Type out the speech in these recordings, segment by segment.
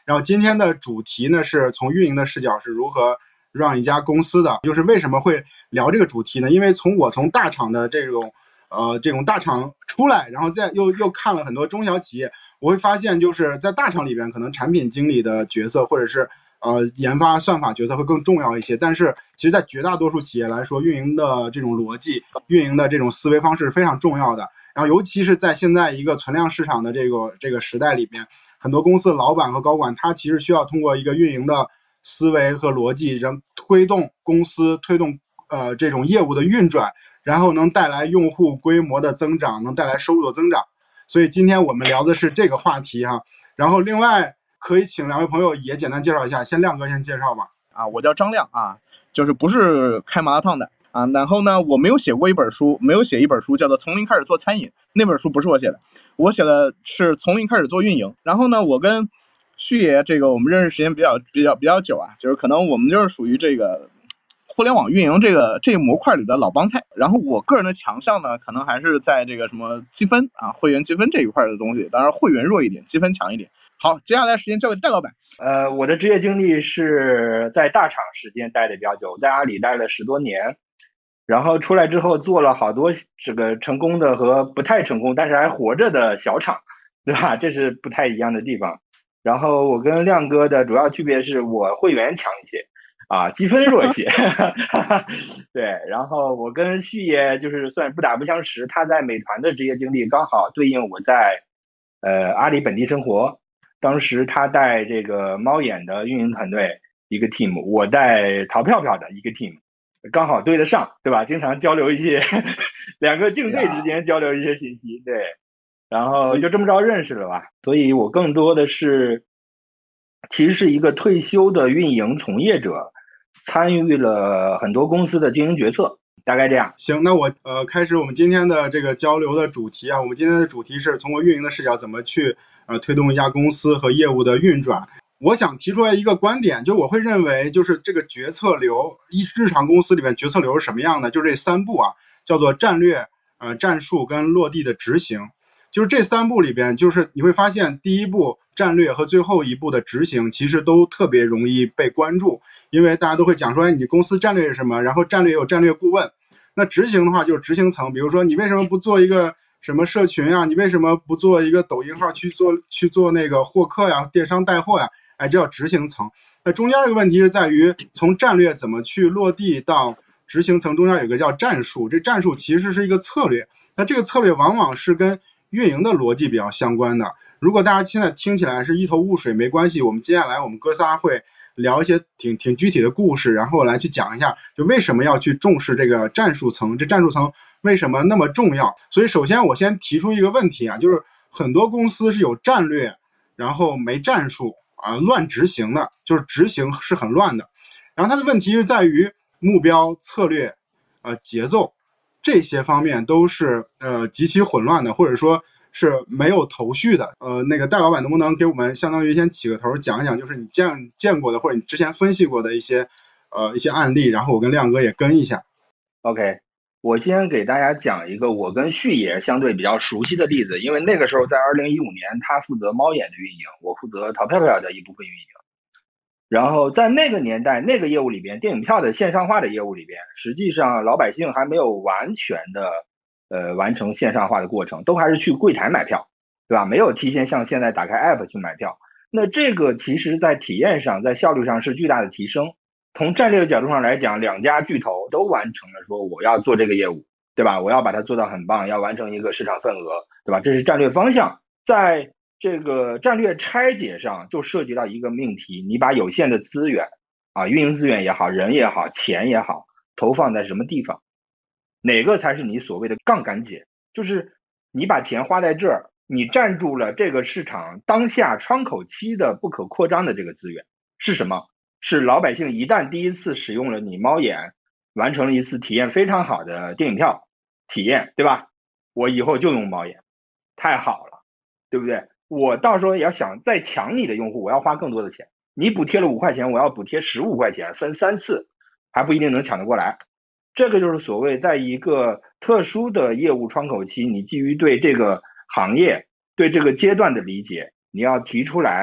然后今天的主题呢是从运营的视角是如何让一家公司的，就是为什么会聊这个主题呢？因为从大厂的这种大厂出来，然后又看了很多中小企业，我会发现就是在大厂里边可能产品经理的角色或者是研发算法角色会更重要一些，但是其实在绝大多数企业来说，运营的这种逻辑、运营的这种思维方式是非常重要的。然后尤其是在现在一个存量市场的这个时代里边，很多公司的老板和高管他其实需要通过一个运营的思维和逻辑，让推动公司推动这种业务的运转，然后能带来用户规模的增长，能带来收入的增长。所以今天我们聊的是这个话题哈。然后另外可以请两位朋友也简单介绍一下，先亮哥先介绍吧。 我叫张亮啊，就是不是开麻辣烫的啊。然后呢，我没有写一本书叫做《从零开始做餐饮》，那本书不是我写的，我写的是从零开始做运营。然后呢，我跟旭爷这个我们认识时间比较久啊，就是可能我们就是属于这个互联网运营这个模块里的老帮菜。然后我个人的强项呢，可能还是在这个什么积分啊、会员积分这一块的东西，当然会员弱一点，积分强一点。好，接下来时间交给戴老板。 我的职业经历是在大厂时间待的比较久，在阿里待了10多年，然后出来之后做了好多这个成功的和不太成功但是还活着的小厂，对吧？这是不太一样的地方。然后我跟亮哥的主要区别是我会员强一些啊，积分弱一些对，然后我跟旭爷就是算不打不相识，他在美团的职业经历刚好对应我在阿里本地生活，当时他带这个猫眼的运营团队一个 team， 我带淘票票的一个 team， 刚好对得上，对吧？经常交流一些两个竞队之间交流一些信息，对，然后就这么着认识了吧。所以我更多的是其实是一个退休的运营从业者，参与了很多公司的经营决策，大概这样。 行，那我开始我们今天的这个交流的主题啊。我们今天的主题是通过运营的视角怎么去推动一家公司和业务的运转。我想提出来一个观点，就我会认为就是这个决策流，日常公司里面决策流是什么样的？就是这3步啊，叫做战略、战术跟落地的执行。就是这3步里边，就是你会发现第一步战略和最后一步的执行其实都特别容易被关注，因为大家都会讲说，哎，你公司战略是什么？然后战略有战略顾问。那执行的话就是执行层，比如说你为什么不做一个什么社群啊？你为什么不做一个抖音号去做那个获客呀、电商带货呀？哎，这叫执行层。那中间这个问题是在于从战略怎么去落地到执行层中间有一个叫战术，这战术其实是一个策略。那这个策略往往是跟运营的逻辑比较相关的。如果大家现在听起来是一头雾水，没关系，我们接下来我们哥仨会聊一些挺具体的故事，然后来去讲一下，就为什么要去重视这个战术层，这战术层为什么那么重要。所以首先我先提出一个问题啊，就是很多公司是有战略，然后没战术啊，乱执行的，就是执行是很乱的。然后它的问题是在于目标、策略、节奏这些方面都是极其混乱的，或者说是没有头绪的。那个戴老板能不能给我们相当于先起个头，讲一讲，就是你见过的或者你之前分析过的一些案例，然后我跟亮哥也跟一下。 OK， 我先给大家讲一个我跟旭爷相对比较熟悉的例子，因为那个时候在2015年，他负责猫眼的运营，我负责淘票票的一部分运营。然后在那个年代，那个业务里边，电影票的线上化的业务里边，实际上老百姓还没有完全的完成线上化的过程，都还是去柜台买票，对吧？没有提前像现在打开 app 去买票。那这个其实在体验上，在效率上是巨大的提升。从战略的角度上来讲，两家巨头都完成了说我要做这个业务，对吧？我要把它做到很棒，要完成一个市场份额，对吧？这是战略方向。在这个战略拆解上就涉及到一个命题，你把有限的资源啊，运营资源也好，人也好，钱也好，投放在什么地方，哪个才是你所谓的杠杆解，就是你把钱花在这儿，你占住了这个市场当下窗口期的不可扩张的这个资源是什么？是老百姓一旦第一次使用了你猫眼，完成了一次体验非常好的电影票体验，对吧？我以后就用猫眼，太好了，对不对？我到时候也要想再抢你的用户，我要花更多的钱。你补贴了5块钱，我要补贴15块钱，分3次，还不一定能抢得过来。这个就是所谓在一个特殊的业务窗口期，你基于对这个行业、对这个阶段的理解，你要提出来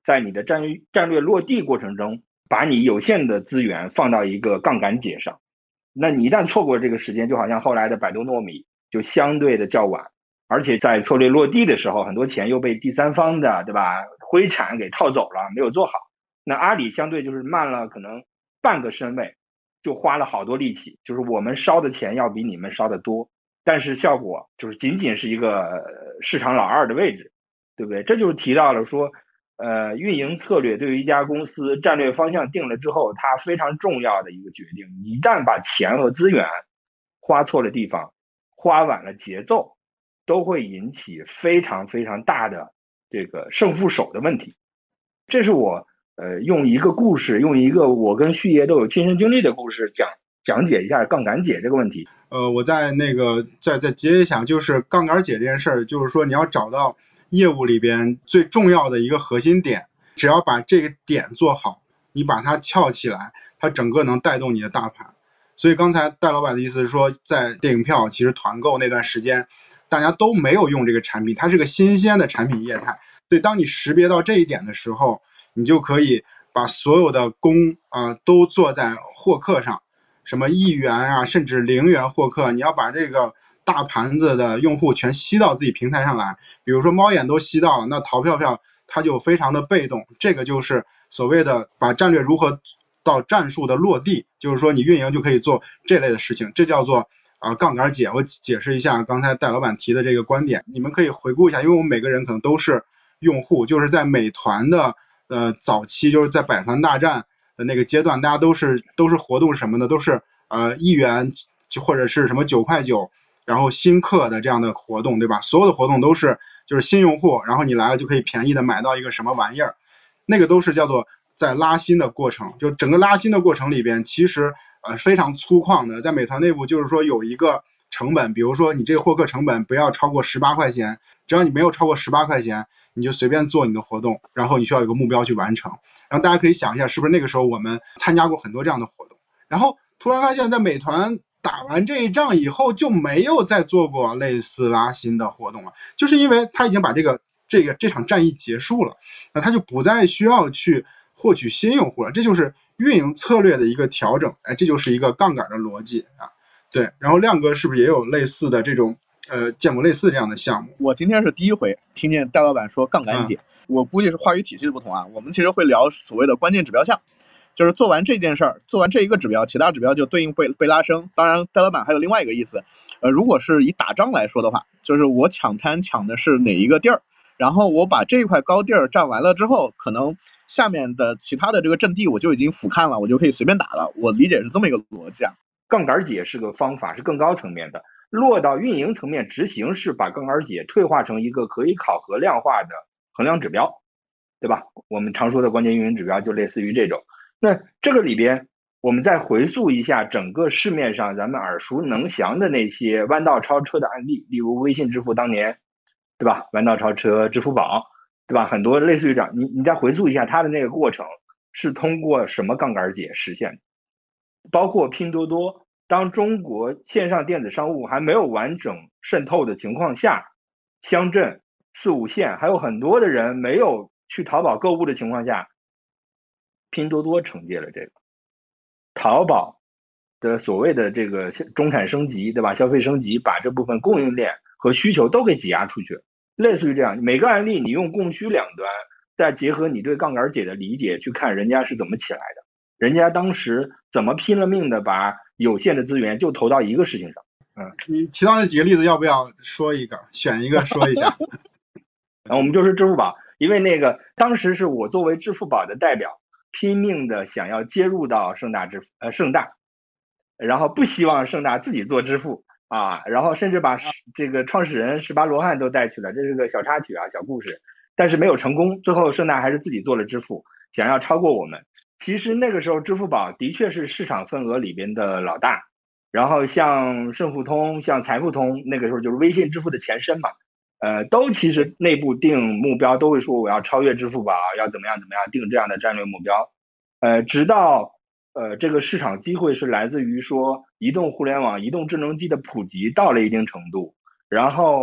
在你的战略落地过程中，把你有限的资源放到一个杠杆解上。那你一旦错过这个时间，就好像后来的百度糯米就相对的较晚，而且在策略落地的时候，很多钱又被第三方的，对吧，灰产给套走了，没有做好。那阿里相对就是慢了可能半个身位，就花了好多力气，就是我们烧的钱要比你们烧的多，但是效果就是仅仅是一个市场老二的位置，对不对？这就是提到了说运营策略对于一家公司战略方向定了之后，它非常重要的一个决定。一旦把钱和资源花错了地方，花晚了节奏，都会引起非常非常大的这个胜负手的问题。这是我用一个故事，用一个我跟旭爷都有亲身经历的故事讲解一下杠杆解这个问题。 我在那个再接一下，就是杠杆解这件事儿，就是说你要找到业务里边最重要的一个核心点，只要把这个点做好，你把它撬起来，它整个能带动你的大盘。所以刚才戴老板的意思是说，在电影票其实团购那段时间，大家都没有用这个产品，它是个新鲜的产品业态。所以当你识别到这一点的时候，你就可以把所有的功都做在获客上，什么1元啊，甚至0元获客，你要把这个大盘子的用户全吸到自己平台上来。比如说猫眼都吸到了，那淘票票它就非常的被动。这个就是所谓的把战略如何到战术的落地，就是说你运营就可以做这类的事情，这叫做杠杆解。我解释一下刚才戴老板提的这个观点，你们可以回顾一下，因为我们每个人可能都是用户，就是在美团的早期，就是在百团大战的那个阶段，大家都是活动什么的，都是1元就或者是什么9块9，然后新客的这样的活动，对吧？所有的活动都是就是新用户，然后你来了就可以便宜的买到一个什么玩意儿，那个都是叫做在拉新的过程。就整个拉新的过程里边，其实非常粗犷的，在美团内部就是说有一个成本，比如说你这个获客成本不要超过18块钱，只要你没有超过18块钱，你就随便做你的活动，然后你需要有个目标去完成。然后大家可以想一下，是不是那个时候我们参加过很多这样的活动，然后突然发现在美团打完这一仗以后就没有再做过类似拉新的活动了，就是因为他已经把这场战役结束了，那他就不再需要去获取新用户了，这就是运营策略的一个调整。这就是一个杠杆的逻辑啊。对，然后亮哥是不是也有类似的这种见过类似这样的项目？ 我今天是第一回听见戴老板说杠杆解，我估计是话语体系的不同啊。我们其实会聊所谓的关键指标项，就是做完这件事儿，做完这一个指标，其他指标就对应被拉升。当然，戴老板还有另外一个意思，如果是以打仗来说的话，就是我抢滩抢的是哪一个地儿，然后我把这块高地儿占完了之后，可能下面的其他的这个阵地我就已经俯瞰了，我就可以随便打了。我理解是这么一个逻辑啊。 杠杆解是个方法，是更高层面的。落到运营层面执行，是把杠杆解退化成一个可以考核量化的衡量指标，对吧？我们常说的关键运营指标就类似于这种。那这个里边，我们再回溯一下整个市面上咱们耳熟能详的那些弯道超车的案例，例如微信支付当年，对吧？弯道超车，支付宝，对吧？很多类似于这样，你再回溯一下它的那个过程是通过什么杠杆解实现的？包括拼多多，当中国线上电子商务还没有完整渗透的情况下，乡镇4、5线还有很多的人没有去淘宝购物的情况下，拼多多承接了这个淘宝的所谓的这个中产升级，对吧？消费升级，把这部分供应链和需求都给挤压出去了。类似于这样，每个案例你用供需两端，再结合你对杠杆解的理解去看人家是怎么起来的，人家当时怎么拼了命的把有限的资源就投到一个事情上。 你提到那几个例子，要不要说一个，选一个说一下？ 我们就是支付宝，因为那个当时是我作为支付宝的代表，拼命的想要接入到盛大，然后不希望盛大自己做支付啊，然后甚至把这个创始人18罗汉都带去了，这是个小插曲啊，小故事，但是没有成功，最后盛大还是自己做了支付，想要超过我们。其实那个时候支付宝的确是市场份额里边的老大，然后像顺付通、像财付通，那个时候就是微信支付的前身嘛，都其实内部定目标都会说我要超越支付宝，要怎么样定这样的战略目标，直到这个市场机会是来自于说移动互联网、移动智能机的普及到了一定程度，然后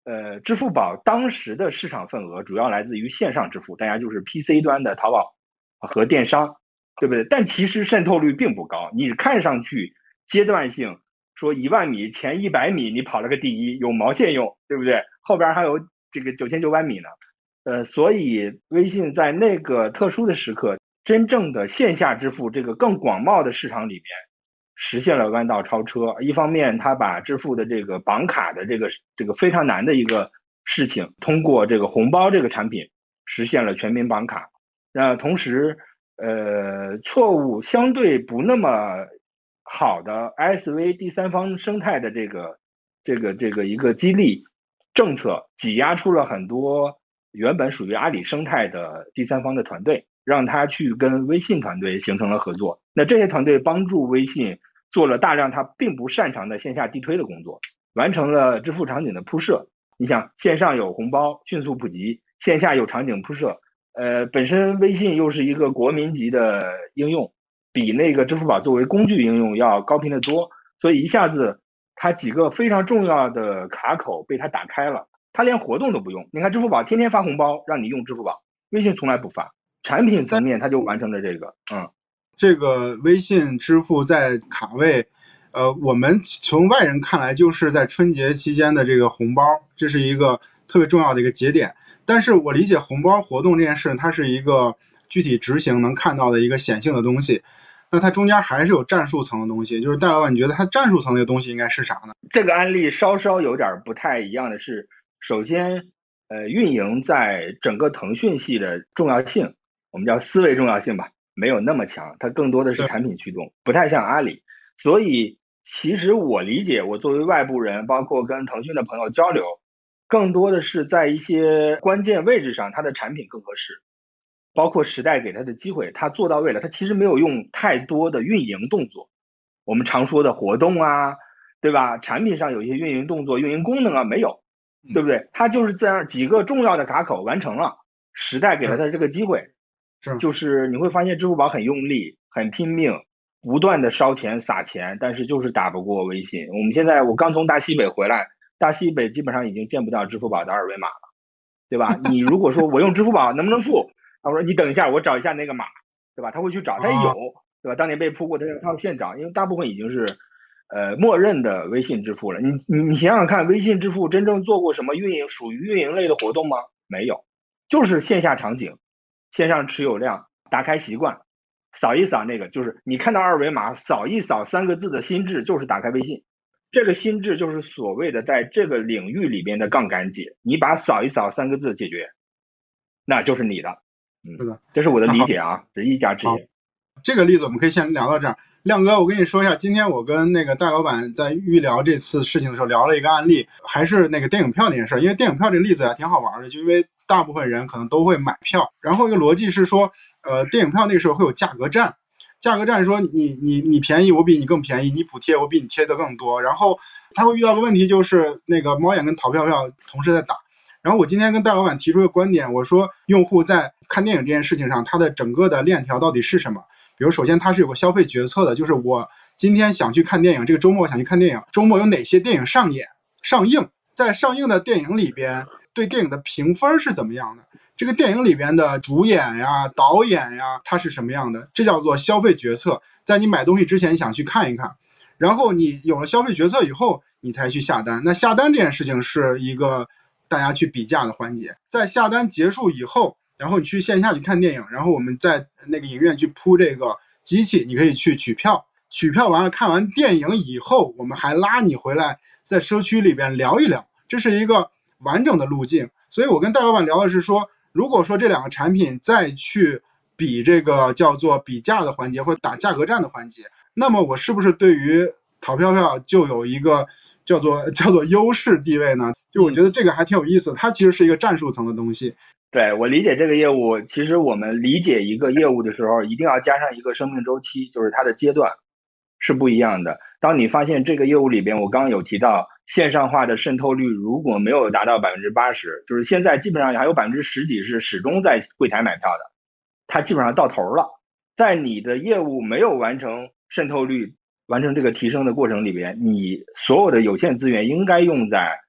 支付宝当时的市场份额主要来自于线上支付，大家就是 PC 端的淘宝和电商，对不对？但其实渗透率并不高，你看上去阶段性说10000米前100米你跑了个第一，有毛线用，对不对？后边还有这个9900米呢。所以微信在那个特殊的时刻，真正的线下支付这个更广袤的市场里边，实现了弯道超车。一方面，它把支付的这个绑卡的这个非常难的一个事情，通过这个红包这个产品实现了全民绑卡。那同时，错误相对不那么好的 ISV 第三方生态的这个一个激励政策，挤压出了很多原本属于阿里生态的第三方的团队，让他去跟微信团队形成了合作。那这些团队帮助微信做了大量他并不擅长的线下地推的工作，完成了支付场景的铺设。你想，线上有红包迅速普及，线下有场景铺设，本身微信又是一个国民级的应用，比那个支付宝作为工具应用要高频的多，所以一下子它几个非常重要的卡口被它打开了，它连活动都不用。你看支付宝天天发红包让你用支付宝，微信从来不发，产品层面它就完成了这个。 这个微信支付在卡位，我们从外人看来就是在春节期间的这个红包，这是一个特别重要的一个节点。但是我理解红包活动这件事，它是一个具体执行能看到的一个显性的东西，那它中间还是有战术层的东西。就是戴老板，你觉得它战术层那个东西应该是啥呢？ 这个案例稍稍有点不太一样的是，首先，运营在整个腾讯系的重要性，我们叫思维重要性吧，没有那么强，它更多的是产品驱动，不太像阿里。所以其实我理解，我作为外部人，包括跟腾讯的朋友交流，更多的是在一些关键位置上，它的产品更合适，包括时代给它的机会，它做到位了，它其实没有用太多的运营动作，我们常说的活动啊，对吧？产品上有一些运营动作、运营功能啊，没有，对不对？它就是这样几个重要的卡口完成了，时代给了它这个机会，就是你会发现支付宝很用力、很拼命，不断的烧钱撒钱，但是就是打不过微信。我刚从大西北回来，大西北基本上已经见不到支付宝的二维码了，对吧？你如果说我用支付宝能不能付，他说你等一下，我找一下那个码，对吧？他会去找，他也有，对吧？当年被扑过，他要现找，因为大部分已经是默认的微信支付了。你想想看，微信支付真正做过什么属于运营类的活动吗？没有，就是线下场景、线上持有量、打开习惯、扫一扫那个，就是你看到二维码，扫一扫3个字的心智，就是打开微信。这个心智就是所谓的在这个领域里边的杠杆解，你把扫一扫3个字解决，那就是你的。 是的， 这是我的理解啊，这是一家之言。 这个例子我们可以先聊到这儿。亮哥，我跟你说一下，今天我跟那个戴老板在预聊这次事情的时候聊了一个案例，还是那个电影票那件事。因为电影票这个例子啊挺好玩的，就因为大部分人可能都会买票，然后一个逻辑是说，电影票那个时候会有价格战，价格战说你便宜我比你更便宜，你补贴我比你贴的更多，然后他会遇到个问题，就是那个猫眼跟淘票票同时在打。然后我今天跟戴老板提出一个观点，我说用户在看电影这件事情上，他的整个的链条到底是什么？比如首先它是有个消费决策的，就是我今天想去看电影，这个周末我想去看电影，周末有哪些电影上映，在上映的电影里边对电影的评分是怎么样的，这个电影里边的主演呀、导演呀，它是什么样的，这叫做消费决策。在你买东西之前你想去看一看，然后你有了消费决策以后你才去下单。那下单这件事情是一个大家去比价的环节，在下单结束以后，然后你去线下去看电影，然后我们在那个影院去铺这个机器，你可以去取票，取票完了看完电影以后，我们还拉你回来在社区里边聊一聊，这是一个完整的路径。所以我跟戴老板聊的是说，如果说这两个产品再去比这个叫做比价的环节或者打价格战的环节，那么我是不是对于淘票票就有一个叫做优势地位呢？就我觉得这个还挺有意思的，它其实是一个战术层的东西。 对，我理解这个业务，其实我们理解一个业务的时候，一定要加上一个生命周期，就是它的阶段是不一样的。当你发现这个业务里边，我刚刚有提到线上化的渗透率如果没有达到80%，就是现在基本上还有10几是始终在柜台买票的，它基本上到头了。在你的业务没有完成渗透率、完成这个提升的过程里边，你所有的有限资源应该用在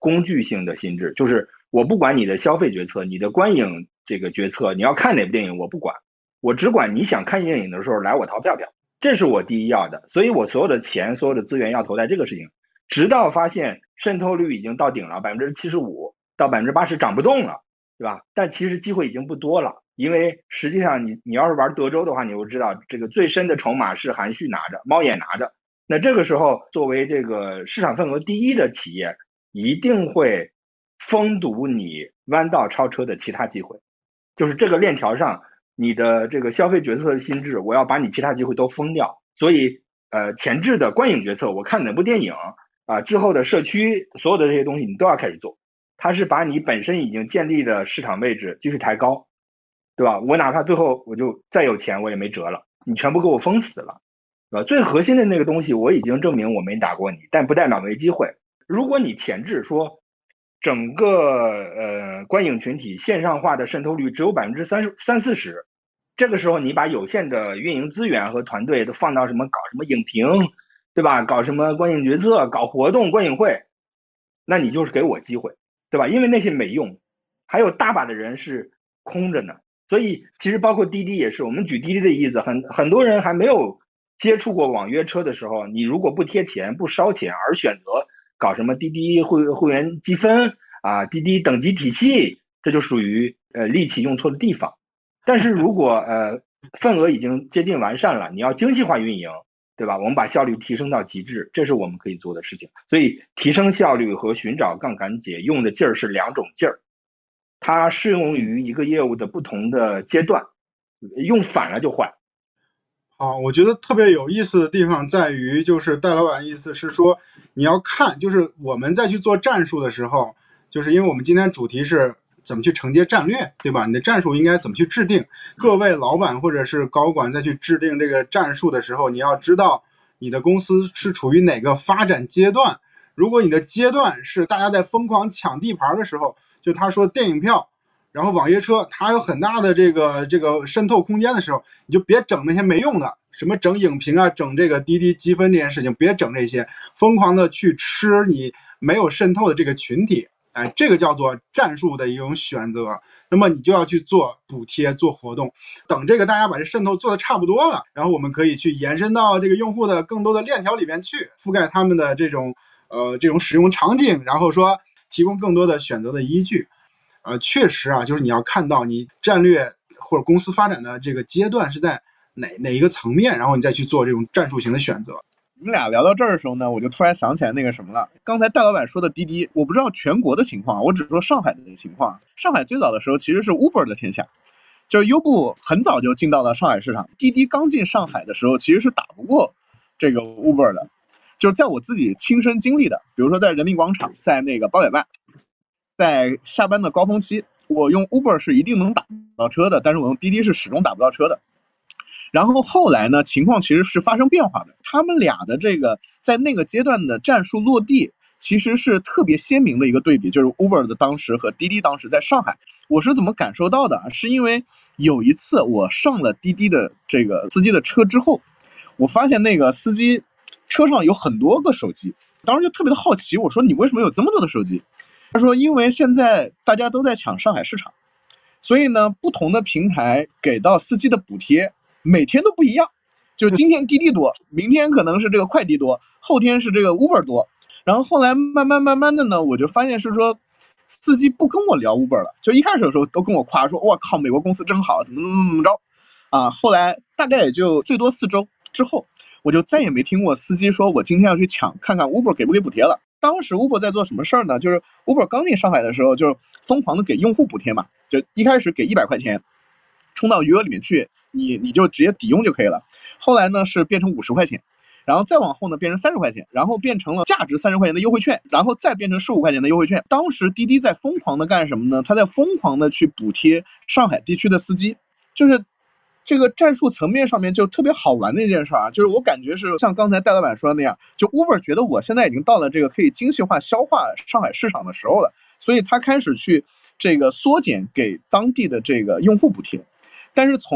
工具性的心智，就是我不管你的消费决策，你的观影这个决策，你要看哪部电影我不管，我只管你想看电影的时候来我淘票票，这是我第一要的。所以我所有的钱、所有的资源要投在这个事情，直到发现渗透率已经到顶了，75%到80%涨不动了，对吧？但其实机会已经不多了，因为实际上你要是玩德州的话，你就知道这个最深的筹码是韩旭拿着，猫眼拿着。那这个时候，作为这个市场份额第一的企业，一定会封堵你弯道超车的其他机会。就是这个链条上，你的这个消费决策的心智，我要把你其他机会都封掉。所以，前置的观影决策，我看哪部电影之后的社区所有的这些东西，你都要开始做。它是把你本身已经建立的市场位置继续抬高，对吧？我哪怕最后我就再有钱，我也没辙了，你全部给我封死了。最核心的那个东西我已经证明我没打过你，但不代表没机会。如果你前置说整个观影群体线上化的渗透率只有30-40%，这个时候你把有限的运营资源和团队都放到什么搞什么影评，对吧？搞什么观影决策，搞活动观影会，那你就是给我机会，对吧？因为那些没用，还有大把的人是空着呢。所以其实包括滴滴也是，我们举滴滴的例子，很多人还没有接触过网约车的时候，你如果不贴钱不烧钱，而选择搞什么滴滴会员积分滴滴等级体系，这就属于力气用错的地方。但是如果份额已经接近完善了，你要精细化运营，对吧？我们把效率提升到极致，这是我们可以做的事情。所以提升效率和寻找杠杆解用的劲儿是两种劲儿，它适用于一个业务的不同的阶段，用反了就坏。 好，我觉得特别有意思的地方在于，就是戴老板意思是说，你要看，就是我们在去做战术的时候，就是因为我们今天主题是怎么去承接战略，对吧？你的战术应该怎么去制定？各位老板或者是高管在去制定这个战术的时候，你要知道你的公司是处于哪个发展阶段。如果你的阶段是大家在疯狂抢地盘的时候，就他说电影票，然后网约车它有很大的这个渗透空间的时候，你就别整那些没用的，什么整影评整这个滴滴积分这件事情，别整这些，疯狂的去吃你没有渗透的这个群体。这个叫做战术的一种选择。那么你就要去做补贴做活动，等这个大家把这渗透做的差不多了，然后我们可以去延伸到这个用户的更多的链条里面去，覆盖他们的这种使用场景，然后说提供更多的选择的依据。确实就是你要看到你战略或者公司发展的这个阶段是在哪一个层面，然后你再去做这种战术型的选择。 你们俩聊到这儿的时候呢，我就突然想起来那个什么了。刚才戴老板说的滴滴，我不知道全国的情况，我只说上海的情况。上海最早的时候其实是 Uber 的天下，就是优步很早就进到了上海市场。滴滴刚进上海的时候，其实是打不过这个 Uber 的。就是在我自己亲身经历的，比如说在人民广场，在那个800万，在下班的高峰期，我用 Uber 是一定能打到车的，但是我用滴滴是始终打不到车的。然后后来呢，情况其实是发生变化的。他们俩的这个在那个阶段的战术落地，其实是特别鲜明的一个对比，就是 Uber 的当时和滴滴当时在上海。我是怎么感受到的？是因为有一次我上了滴滴的这个司机的车之后，我发现那个司机车上有很多个手机，当时就特别的好奇，我说你为什么有这么多的手机？他说因为现在大家都在抢上海市场，所以呢，不同的平台给到司机的补贴每天都不一样，就今天滴滴多，明天可能是这个快滴多，后天是这个 Uber 多。然后后来慢慢的呢，我就发现是说司机不跟我聊 Uber 了，就一开始的时候都跟我夸说我靠美国公司真好，怎么着后来大概也就最多4周之后，我就再也没听过司机说我今天要去抢看看 Uber 给不给补贴了。当时 Uber 在做什么事儿呢？就是 Uber 刚进上海的时候，就是疯狂的给用户补贴嘛，就一开始给100块钱充到余额里面去，你就直接抵用就可以了。后来呢是变成50块钱，然后再往后呢变成30块钱，然后变成了价值30块钱的优惠券，然后再变成15块钱的优惠券。当时滴滴在疯狂的干什么呢？他在疯狂的去补贴上海地区的司机，就是这个战术层面上面就特别好玩的一件事就是我感觉是像刚才戴老板说的那样，就 Uber 觉得我现在已经到了这个可以精细化消化上海市场的时候了，所以他开始去这个缩减给当地的这个用户补贴。但是从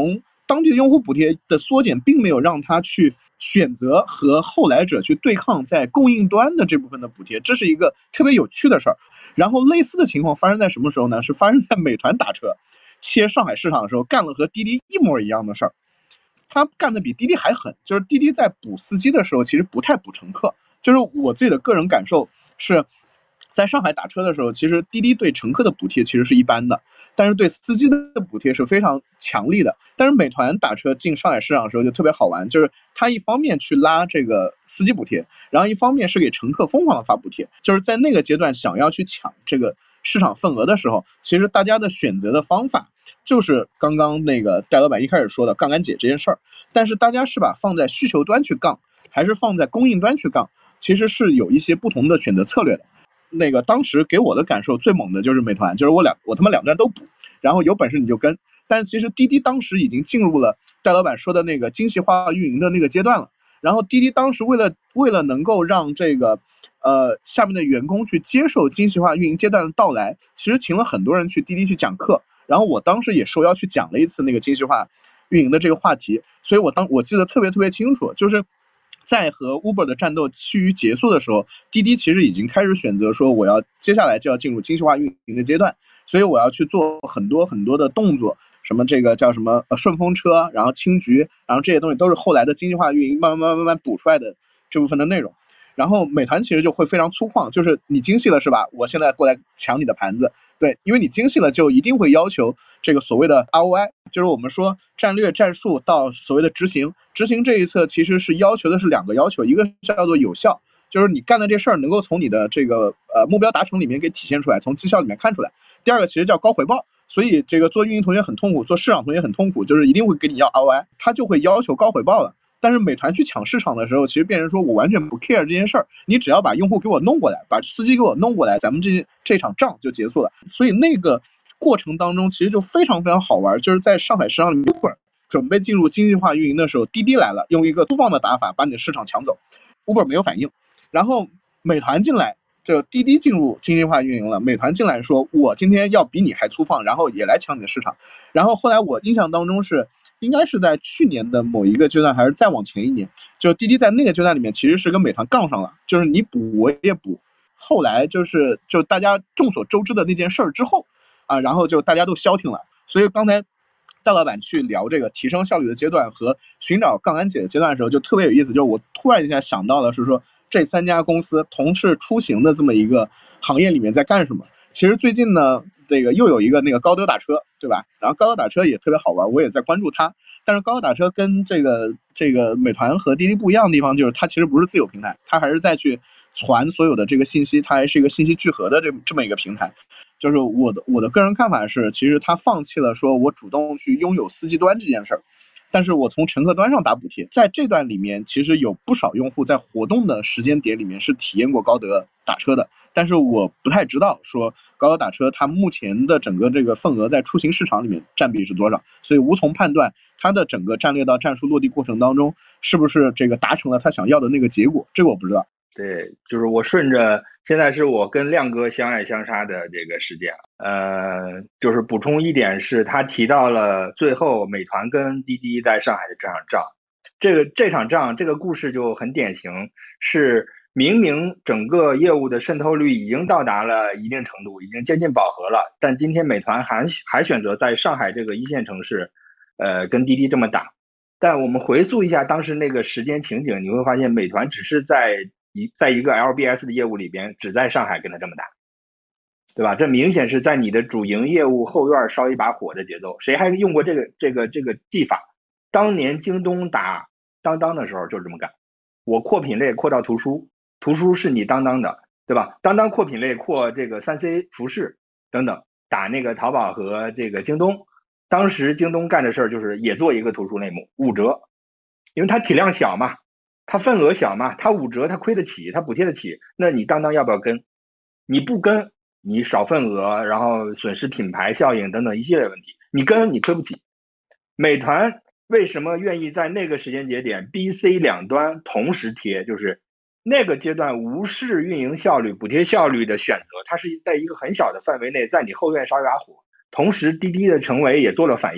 当地的用户补贴的缩减并没有让他去选择和后来者去对抗在供应端的这部分的补贴，这是一个特别有趣的事儿。然后类似的情况发生在什么时候呢？是发生在美团打车切上海市场的时候，干了和滴滴一模一样的事儿。他干的比滴滴还狠，就是滴滴在补司机的时候其实不太补乘客，就是我自己的个人感受是，在上海打车的时候，其实滴滴对乘客的补贴其实是一般的，但是对司机的补贴是非常强力的。但是美团打车进上海市场的时候就特别好玩，就是它一方面去拉这个司机补贴，然后一方面是给乘客疯狂的发补贴，就是在那个阶段想要去抢这个市场份额的时候，其实大家的选择的方法就是刚刚那个戴老板一开始说的杠杆解这件事儿，但是大家是把放在需求端去杠，还是放在供应端去杠，其实是有一些不同的选择策略的。那个当时给我的感受最猛的就是美团，就是我他妈两端都补，然后有本事你就跟。但是其实滴滴当时已经进入了戴老板说的那个精细化运营的那个阶段了。然后滴滴当时为了能够让这个下面的员工去接受精细化运营阶段的到来，其实请了很多人去滴滴去讲课。然后我当时也受邀去讲了一次那个精细化运营的这个话题，所以我记得特别清楚，就是在和 Uber 的战斗趋于结束的时候，滴滴其实已经开始选择说，我要接下来就要进入精细化运营的阶段，所以我要去做很多的动作，什么这个叫什么顺风车，然后青桔，然后这些东西都是后来的精细化运营慢慢补出来的这部分的内容。然后美团其实就会非常粗犷，就是你精细了是吧？我现在过来抢你的盘子，对，因为你精细了就一定会要求这个所谓的 ROI， 就是我们说战略战术到所谓的执行这一侧其实是要求的是两个要求，一个叫做有效，就是你干的这事儿能够从你的这个目标达成里面给体现出来，从绩效里面看出来。第二个其实叫高回报，所以这个做运营同学很痛苦，做市场同学很痛苦，就是一定会给你要 ROI， 他就会要求高回报了。但是美团去抢市场的时候，其实变成说我完全不 care 这件事儿，你只要把用户给我弄过来，把司机给我弄过来，咱们这场仗就结束了。所以那个过程当中其实就非常好玩，就是在上海市场里面 Uber 准备进入精细化运营的时候，滴滴来了，用一个粗放的打法把你的市场抢走， Uber 没有反应。然后美团进来，这滴滴进入精细化运营了，美团进来说我今天要比你还粗放，然后也来抢你的市场。然后后来我印象当中是应该是在去年的某一个阶段，还是再往前一年，就滴滴在那个阶段里面其实是跟美团杠上了，就是你补我也补。后来就大家众所周知的那件事儿之后啊，然后就大家都消停了。所以刚才大老板去聊这个提升效率的阶段和寻找杠杆解的阶段的时候，就特别有意思。就是我突然一下想到了，是说这三家公司同时出行的这么一个行业里面在干什么。其实最近呢，这个又有一个那个高德打车，对吧？然后高德打车也特别好玩，我也在关注它。但是高德打车跟这个美团和滴滴不一样的地方，就是它其实不是自有平台，它还是在去传所有的这个信息，它还是一个信息聚合的这么一个平台。就是我的个人看法是，其实它放弃了说我主动去拥有司机端这件事儿，但是我从乘客端上打补贴。在这段里面，其实有不少用户在活动的时间点里面是体验过高德打车的，但是我不太知道说高德打车它目前的整个这个份额在出行市场里面占比是多少，所以无从判断它的整个战略到战术落地过程当中是不是这个达成了他想要的那个结果，这个我不知道。 对，就是我顺着，现在是我跟亮哥相爱相杀的这个时间。就是补充一点是，他提到了最后美团跟滴滴在上海的这场仗。这场仗，这个故事就很典型，是明明整个业务的渗透率已经到达了一定程度，已经接近饱和了，但今天美团还选择在上海这个一线城市，跟滴滴这么打。但我们回溯一下当时那个时间情景，你会发现美团只是在一个 LBS 的业务里边，只在上海跟他这么打，对吧？这明显是在你的主营业务后院烧一把火的节奏。谁还用过这个技法？当年京东打当当的时候就这么干。我扩品类扩到图书，图书是你当当的，对吧？当当扩品类扩这个3C 服饰等等，打那个淘宝和这个京东。当时京东干的事儿就是也做一个图书类目，5折，因为它体量小嘛。它份额小嘛，它5折，它亏得起，它补贴得起，那你当当要不要跟？你不跟，你少份额，然后损失品牌效应等等一系列问题，你跟你亏不起。美团为什么愿意在那个时间节点 B、C 两端同时贴？就是那个阶段无视运营效率、补贴效率的选择，它是在一个很小的范围内，在你后院烧一把火。同时，滴滴的成为也做了反应，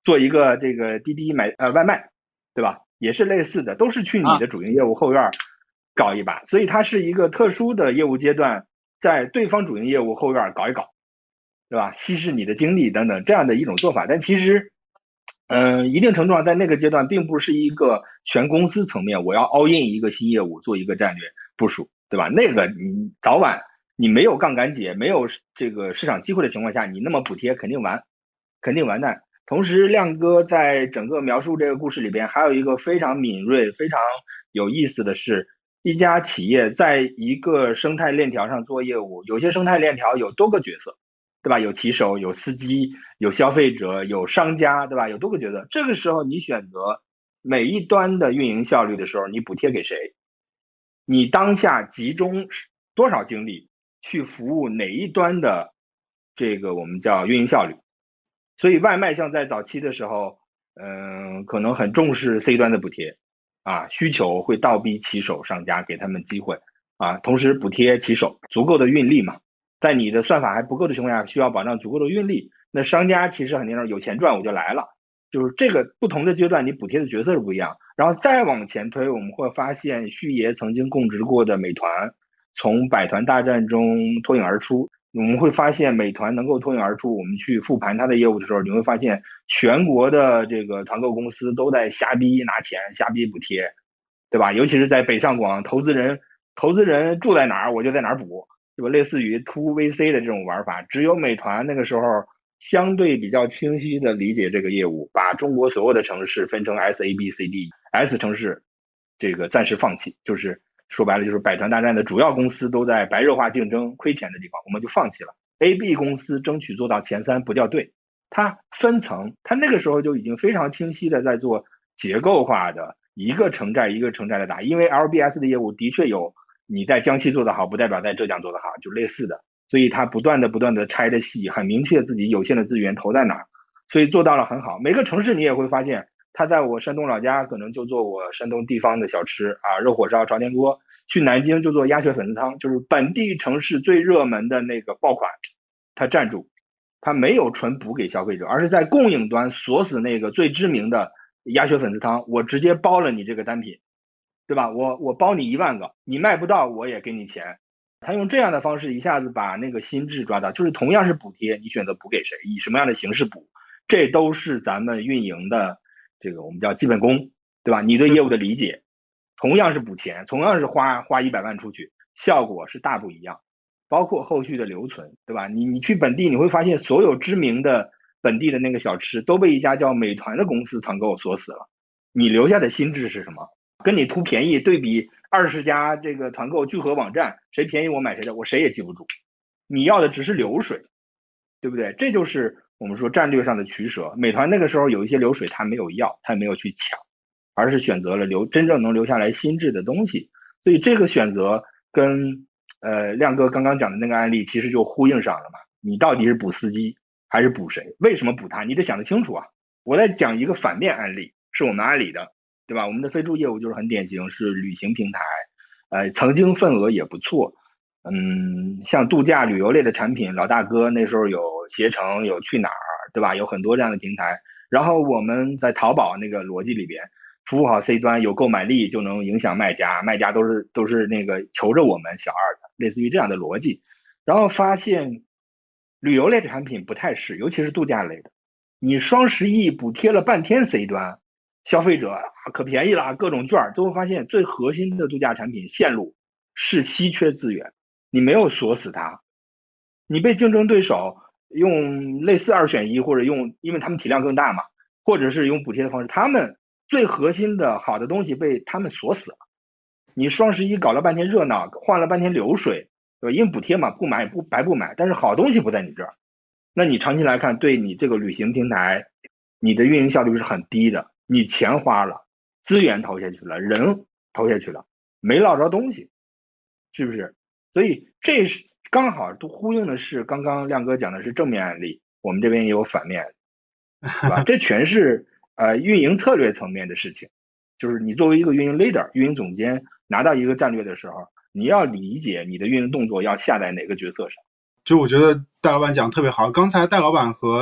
做一个这个滴滴外卖，对吧？也是类似的，都是去你的主营业务后院搞一把，所以它是一个特殊的业务阶段，在对方主营业务后院搞一搞，对吧？稀释你的精力等等这样的一种做法，但其实一定程度上在那个阶段并不是一个全公司层面我要 all in 一个新业务做一个战略部署，对吧？那个你早晚你没有杠杆解，没有这个市场机会的情况下，你那么补贴肯定完蛋。同时亮哥在整个描述这个故事里边还有一个非常敏锐非常有意思的是，一家企业在一个生态链条上做业务，有些生态链条有多个角色，对吧？有骑手，有司机，有消费者，有商家，对吧？有多个角色。这个时候你选择每一端的运营效率的时候，你补贴给谁？你当下集中多少精力去服务哪一端的这个我们叫运营效率？所以外卖像在早期的时候，可能很重视 C 端的补贴啊，需求会倒逼骑手商家给他们机会啊，同时补贴骑手足够的运力嘛。在你的算法还不够的情况下，需要保障足够的运力。那商家其实肯定是有钱赚我就来了，就是这个不同的阶段你补贴的角色是不一样。然后再往前推，我们会发现旭爷曾经供职过的美团，从百团大战中脱颖而出。我们会发现美团能够脱颖而出，我们去复盘它的业务的时候，你会发现全国的这个团购公司都在瞎逼拿钱，瞎逼补贴，对吧？尤其是在北上广，投资人住在哪儿我就在哪儿补。对吧？类似于 to VC 的这种玩法，只有美团那个时候相对比较清晰的理解这个业务，把中国所有的城市分成 S A B C D，S 城市这个暂时放弃，就是说白了就是百团大战的主要公司都在白热化竞争亏钱的地方，我们就放弃了。A、B 公司争取做到前3不掉队，它分层，它那个时候就已经非常清晰的在做结构化的一个城寨一个城寨的打，因为 LBS 的业务的确有。你在江西做得好，不代表在浙江做得好，就类似的，所以他不断的拆的细，很明确自己有限的资源投在哪儿，所以做到了很好。每个城市你也会发现，他在我山东老家可能就做我山东地方的小吃啊，肉火烧、朝天锅；去南京就做鸭血粉丝汤，就是本地城市最热门的那个爆款，他站住，他没有纯补给消费者，而是在供应端锁死那个最知名的鸭血粉丝汤，我直接包了你这个单品。对吧？我包你10000个，你卖不到我也给你钱。他用这样的方式一下子把那个心智抓到，就是同样是补贴，你选择补给谁，以什么样的形式补，这都是咱们运营的这个我们叫基本功，对吧？你对业务的理解，同样是补钱，同样是花100万出去，效果是大不一样。包括后续的留存，对吧？你去本地你会发现，所有知名的本地的那个小吃都被一家叫美团的公司团购锁死了，你留下的心智是什么？跟你图便宜对比20家这个团购聚合网站，谁便宜我买谁的，我谁也记不住。你要的只是流水，对不对？这就是我们说战略上的取舍。美团那个时候有一些流水他没有要，他没有去抢，而是选择了真正能留下来心智的东西。所以这个选择跟亮哥刚刚讲的那个案例其实就呼应上了嘛。你到底是补司机还是补谁？为什么补他？你得想得清楚啊。我再讲一个反面案例，是我们阿里的。对吧？我们的飞猪业务就是很典型，是旅行平台，曾经份额也不错，像度假旅游类的产品，老大哥那时候有携程，有去哪儿，对吧？有很多这样的平台。然后我们在淘宝那个逻辑里边，服务好 C 端，有购买力就能影响卖家，卖家都是那个求着我们小二的，类似于这样的逻辑。然后发现旅游类的产品不太是，尤其是度假类的，你双11补贴了半天 C 端。消费者可便宜了，各种券，都会发现最核心的度假产品线路是稀缺资源，你没有锁死它，你被竞争对手用类似2选1，或者因为他们体量更大嘛，或者是用补贴的方式，他们最核心的好的东西被他们锁死了。你双11搞了半天热闹，换了半天流水，对吧？因为补贴嘛，不买白不买，但是好东西不在你这儿，那你长期来看，对你这个旅行平台，你的运营效率是很低的。你钱花了，资源投下去了，人投下去了，没捞着东西，是不是？所以这是刚好都呼应的是刚刚亮哥讲的是正面案例，我们这边也有反面，对吧？这全是运营策略层面的事情，就是你作为一个运营 leader、运营总监拿到一个战略的时候，你要理解你的运营动作要下在哪个角色上。 就我觉得戴老板讲特别好，刚才戴老板和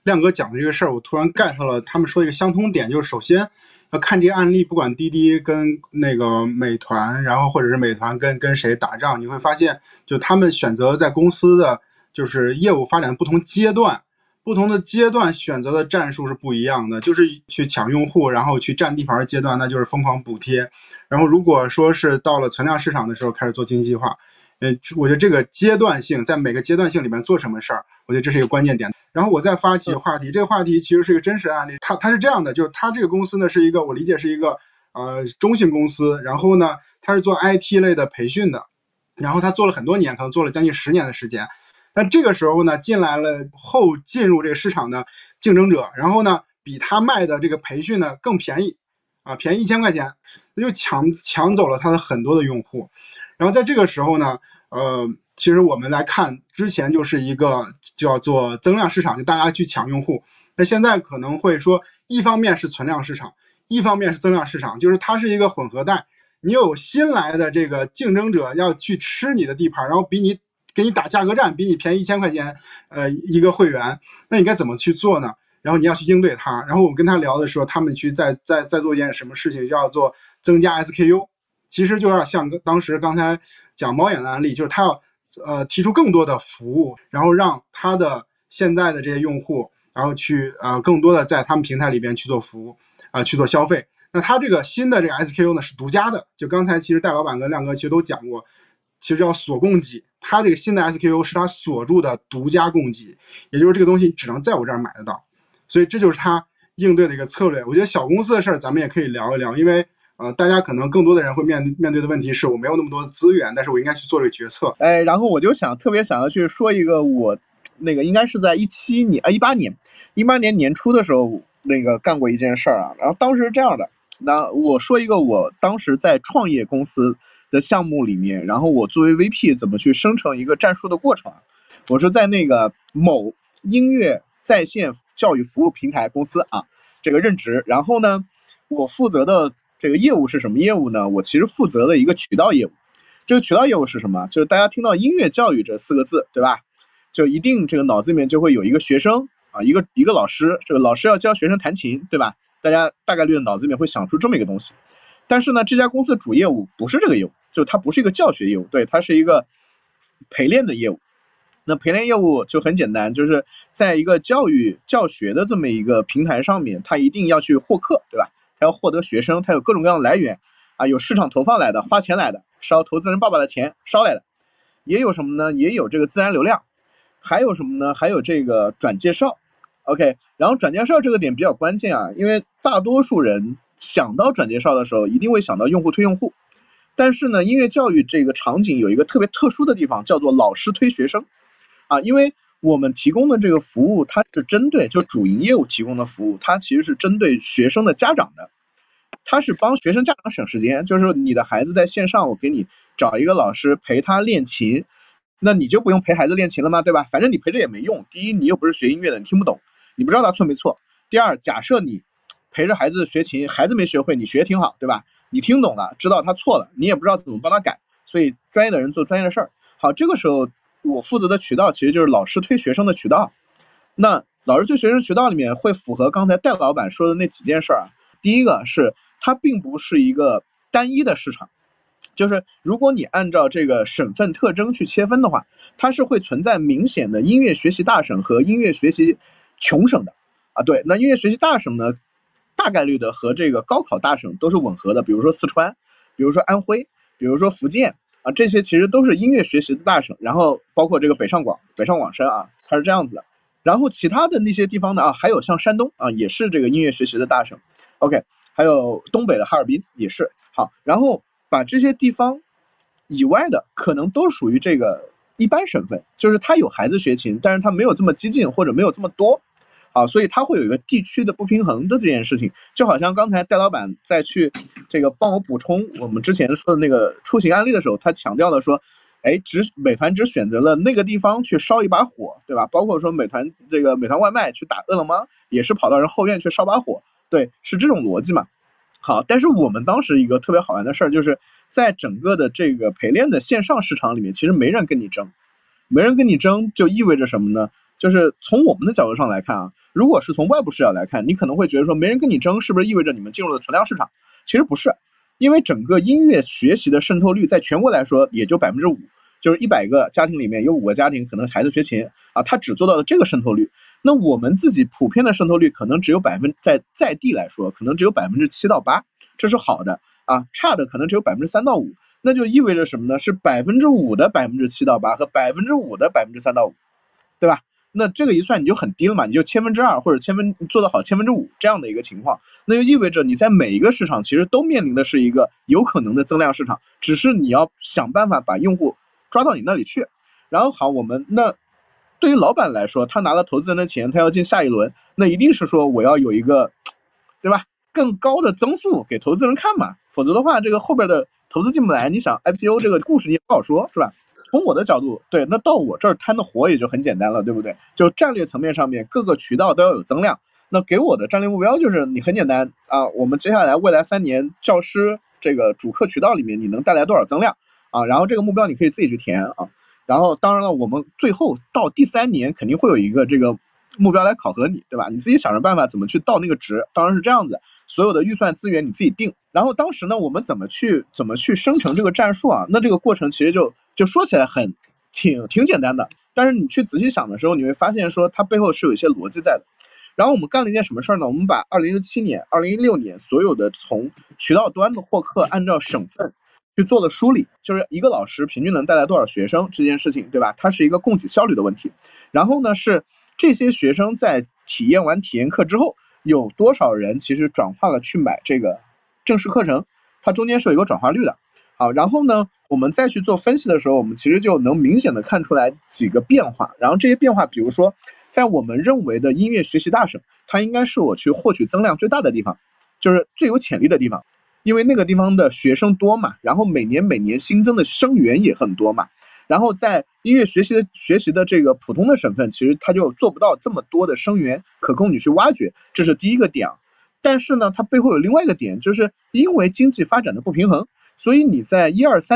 亮哥讲的这个事儿，我突然 get 了他们说一个相通点，就是首先要看这个案例，不管滴滴跟那个美团，然后或者是美团跟谁打仗，你会发现，就他们选择在公司的就是业务发展不同阶段。不同的阶段选择的战术是不一样的，就是去抢用户，然后去占地盘的阶段，那就是疯狂补贴。然后如果说是到了存量市场的时候，开始做精细化。我觉得这个阶段性，在每个阶段性里面做什么事儿，我觉得这是一个关键点。然后我再发起话题，这个话题其实是一个真实案例，它是这样的，就是它这个公司呢是一个，我理解是一个中型公司，然后呢它是做 IT 类的培训的，然后它做了很多年，可能做了将近10年的时间。但这个时候呢，进来了后进入这个市场的竞争者，然后呢，比他卖的这个培训呢更便宜，便宜1000块钱，那就抢走了他的很多的用户。然后在这个时候呢，其实我们来看，之前就是一个叫做增量市场，就大家去抢用户。那现在可能会说，一方面是存量市场，一方面是增量市场，就是它是一个混合带。你有新来的这个竞争者要去吃你的地盘，然后给你打价格战，比你便宜1000块钱，一个会员，那你该怎么去做呢？然后你要去应对它。然后我跟他聊的时候，他们去再做一件什么事情，叫做增加 SKU。其实就要像刚才讲猫眼的案例，就是他要提出更多的服务，然后让他的现在的这些用户，然后去更多的在他们平台里边去做服务，去做消费。那他这个新的这个 SKU 呢是独家的，就刚才其实戴老板跟亮哥其实都讲过，其实叫锁供给。它这个新的 SKU 是它锁住的独家供给，也就是这个东西只能在我这儿买得到，所以这就是它应对的一个策略。我觉得小公司的事儿咱们也可以聊一聊，因为大家可能更多的人会面对的问题是我没有那么多的资源，但是我应该去做这个决策。 然后我就特别想要去说一个我那个应该是在18年年初的时候那个干过一件事儿啊，然后当时是这样的，那我说一个我当时在创业公司的项目里面，然后我作为 VP 怎么去生成一个战术的过程。我是在那个某音乐在线教育服务平台公司这个任职，然后呢，我负责的这个业务是什么业务呢？我其实负责的一个渠道业务。这个渠道业务是什么？就是大家听到音乐教育这4个字，对吧？就一定这个脑子里面就会有一个学生一个老师，这个老师要教学生弹琴，对吧？大家大概率的脑子里面会想出这么一个东西。但是呢，这家公司主业务不是这个业务，就它不是一个教学业务，对，它是一个陪练的业务。那陪练业务就很简单，就是在一个教育教学的这么一个平台上面，它一定要去获客，对吧？它要获得学生，它有各种各样的来源有市场投放来的，花钱来的，烧投资人爸爸的钱烧来的，也有什么呢？也有这个自然流量，还有什么呢？还有这个转介绍。OK， 然后转介绍这个点比较关键因为大多数人想到转介绍的时候，一定会想到用户推用户。但是呢，音乐教育这个场景有一个特别特殊的地方，叫做老师推学生因为我们提供的这个服务，它是针对就主营业务提供的服务，它其实是针对学生的家长的，它是帮学生家长省时间。就是你的孩子在线上，我给你找一个老师陪他练琴，那你就不用陪孩子练琴了吗？对吧？反正你陪着也没用。第一，你又不是学音乐的，你听不懂，你不知道他错没错。第二，假设你陪着孩子学琴，孩子没学会，你学挺好，对吧？你听懂了，知道他错了，你也不知道怎么帮他改，所以专业的人做专业的事儿。好，这个时候我负责的渠道其实就是老师推学生的渠道。那老师推学生渠道里面会符合刚才戴老板说的那几件事第一个是它并不是一个单一的市场，就是如果你按照这个省份特征去切分的话，它是会存在明显的音乐学习大省和音乐学习穷省的对，那音乐学习大省呢，大概率的和这个高考大省都是吻合的，比如说四川，比如说安徽，比如说福建这些其实都是音乐学习的大省，然后包括这个北上广深它是这样子的。然后其他的那些地方呢还有像山东也是这个音乐学习的大省。OK， 还有东北的哈尔滨也是。好，然后把这些地方以外的可能都属于这个一般省份，就是他有孩子学琴，但是他没有这么激进或者没有这么多所以他会有一个地区的不平衡的这件事情。就好像刚才戴老板在去这个帮我补充我们之前说的那个出行案例的时候，他强调了说美团只选择了那个地方去烧一把火，对吧？包括说美团外卖去打饿了么，也是跑到人后院去烧把火，对，是这种逻辑嘛。好，但是我们当时一个特别好玩的事儿，就是在整个的这个陪练的线上市场里面，其实没人跟你争，就意味着什么呢？ 就是从我们的角度上来看啊，如果是从外部视角来看，你可能会觉得说没人跟你争，是不是意味着你们进入了存量市场？其实不是，因为整个音乐学习的渗透率在全国来说也就5%，就是100个家庭里面有5个家庭可能孩子学琴啊，他只做到了这个渗透率。那我们自己普遍的渗透率可能只有在地来说，可能只有7%到8%，这是好的啊，差的可能只有3%到5%。那就意味着什么呢？是5%的7%到8%和5%的3%到5%，对吧？那这个一算你就很低了嘛，你就2%或者做得好5%这样的一个情况，那就意味着你在每一个市场其实都面临的是一个有可能的增量市场，只是你要想办法把用户抓到你那里去。然后好，那对于老板来说，他拿了投资人的钱，他要进下一轮，那一定是说我要有一个，对吧？更高的增速给投资人看嘛，否则的话，这个后边的投资进不来，你想 IPO 这个故事你也不好说，是吧？从我的角度，对，那到我这儿摊的活也就很简单了，对不对？就战略层面上面，各个渠道都要有增量。那给我的战略目标就是你很简单啊，我们接下来未来3年教师这个主课渠道里面你能带来多少增量啊？然后这个目标你可以自己去填啊。然后当然了，我们最后到第3年肯定会有一个这个目标来考核你，对吧？你自己想着办法怎么去到那个值，当然是这样子。所有的预算资源你自己定。然后当时呢，我们怎么去生成这个战术啊？那这个过程其实就说起来挺简单的，但是你去仔细想的时候，你会发现说它背后是有一些逻辑在的。然后我们干了一件什么事儿呢？我们把2017年、2016年所有的从渠道端的获客按照省份去做了梳理，就是一个老师平均能带来多少学生这件事情，对吧？它是一个供给效率的问题。然后呢，是这些学生在体验完体验课之后，有多少人其实转化了去买这个正式课程，它中间是有一个转化率的。好，然后呢，我们再去做分析的时候，我们其实就能明显的看出来几个变化。然后这些变化，比如说，在我们认为的音乐学习大省，它应该是我去获取增量最大的地方，就是最有潜力的地方，因为那个地方的学生多嘛，然后每年新增的生源也很多嘛。然后在音乐学习的这个普通的省份，其实它就做不到这么多的生源可供你去挖掘，这是第一个点啊。但是呢，它背后有另外一个点，就是因为经济发展的不平衡，所以你在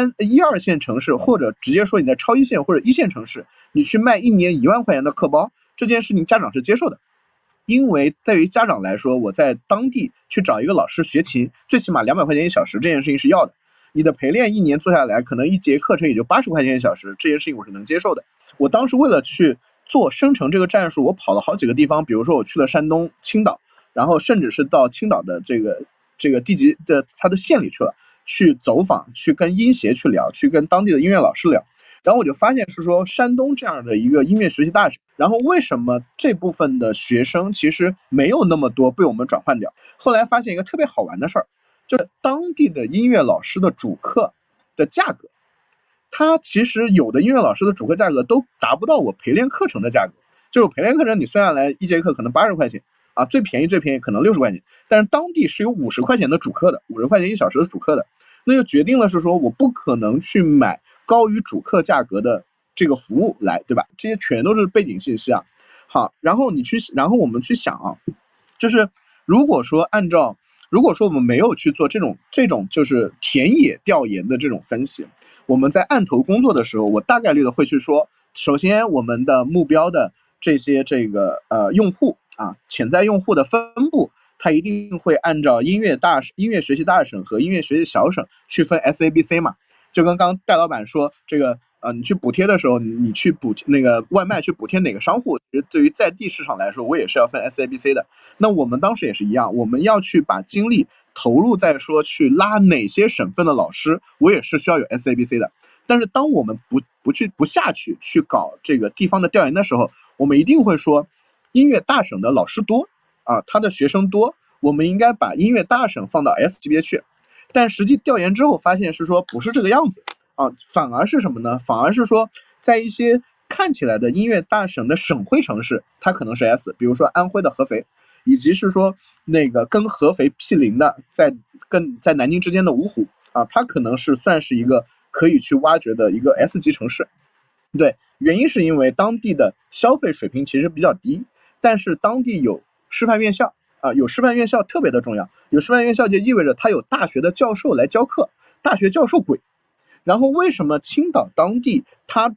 1、2线城市，或者直接说你在超1线或者1线城市，你去卖1年1万块钱的课包，这件事情家长是接受的。因为对于家长来说，我在当地去找一个老师学琴，最起码200块钱1小时，这件事情是要的。你的陪练1年做下来，可能1节课程也就80块钱1小时，这件事情我是能接受的。我当时为了去做生成这个战术，我跑了好几个地方，比如说我去了山东青岛，然后甚至是到青岛的这个地级的它的县里去了，去走访，去跟音协去聊，去跟当地的音乐老师聊。然后我就发现是说，山东这样的一个音乐学习大省，然后为什么这部分的学生其实没有那么多被我们转换掉？后来发现一个特别好玩的事儿，就是当地的音乐老师的主课的价格，它其实有的音乐老师的主课价格都达不到我陪练课程的价格。就是我陪练课程你算下来1节课可能80块钱啊，最便宜可能60块钱，但是当地是有50块钱的主课的，50块钱1小时的主课的，那就决定了是说我不可能去买高于主课价格的这个服务来，对吧？这些全都是背景信息啊。好，然后我们去想啊，就是如果说我们没有去做这种就是田野调研的这种分析，我们在案头工作的时候，我大概率的会去说，首先我们的目标的这些用户啊，潜在用户的分布，它一定会按照音乐学习大省和音乐学习小省去分 SABC 嘛。就跟刚戴老板说这个你去补贴的时候，你去补那个外卖去补贴哪个商户，其实对于在地市场来说，我也是要分 SABC 的。那我们当时也是一样，我们要去把精力投入在说去拉哪些省份的老师，我也是需要有 SABC 的。但是当我们不下去搞这个地方的调研的时候，我们一定会说音乐大省的老师多啊，他的学生多，我们应该把音乐大省放到 S 级别去。但实际调研之后发现是说不是这个样子啊，反而是什么呢？反而是说在一些看起来的音乐大省的省会城市，它可能是 S， 比如说安徽的合肥，以及是说那个跟合肥毗邻的在南京之间的芜湖啊，它可能是算是一个可以去挖掘的一个 S 级城市。对，原因是因为当地的消费水平其实比较低，但是当地有师范院校啊，有师范院校特别的重要，有师范院校就意味着它有大学的教授来教课，大学教授贵。然后为什么青岛当地它的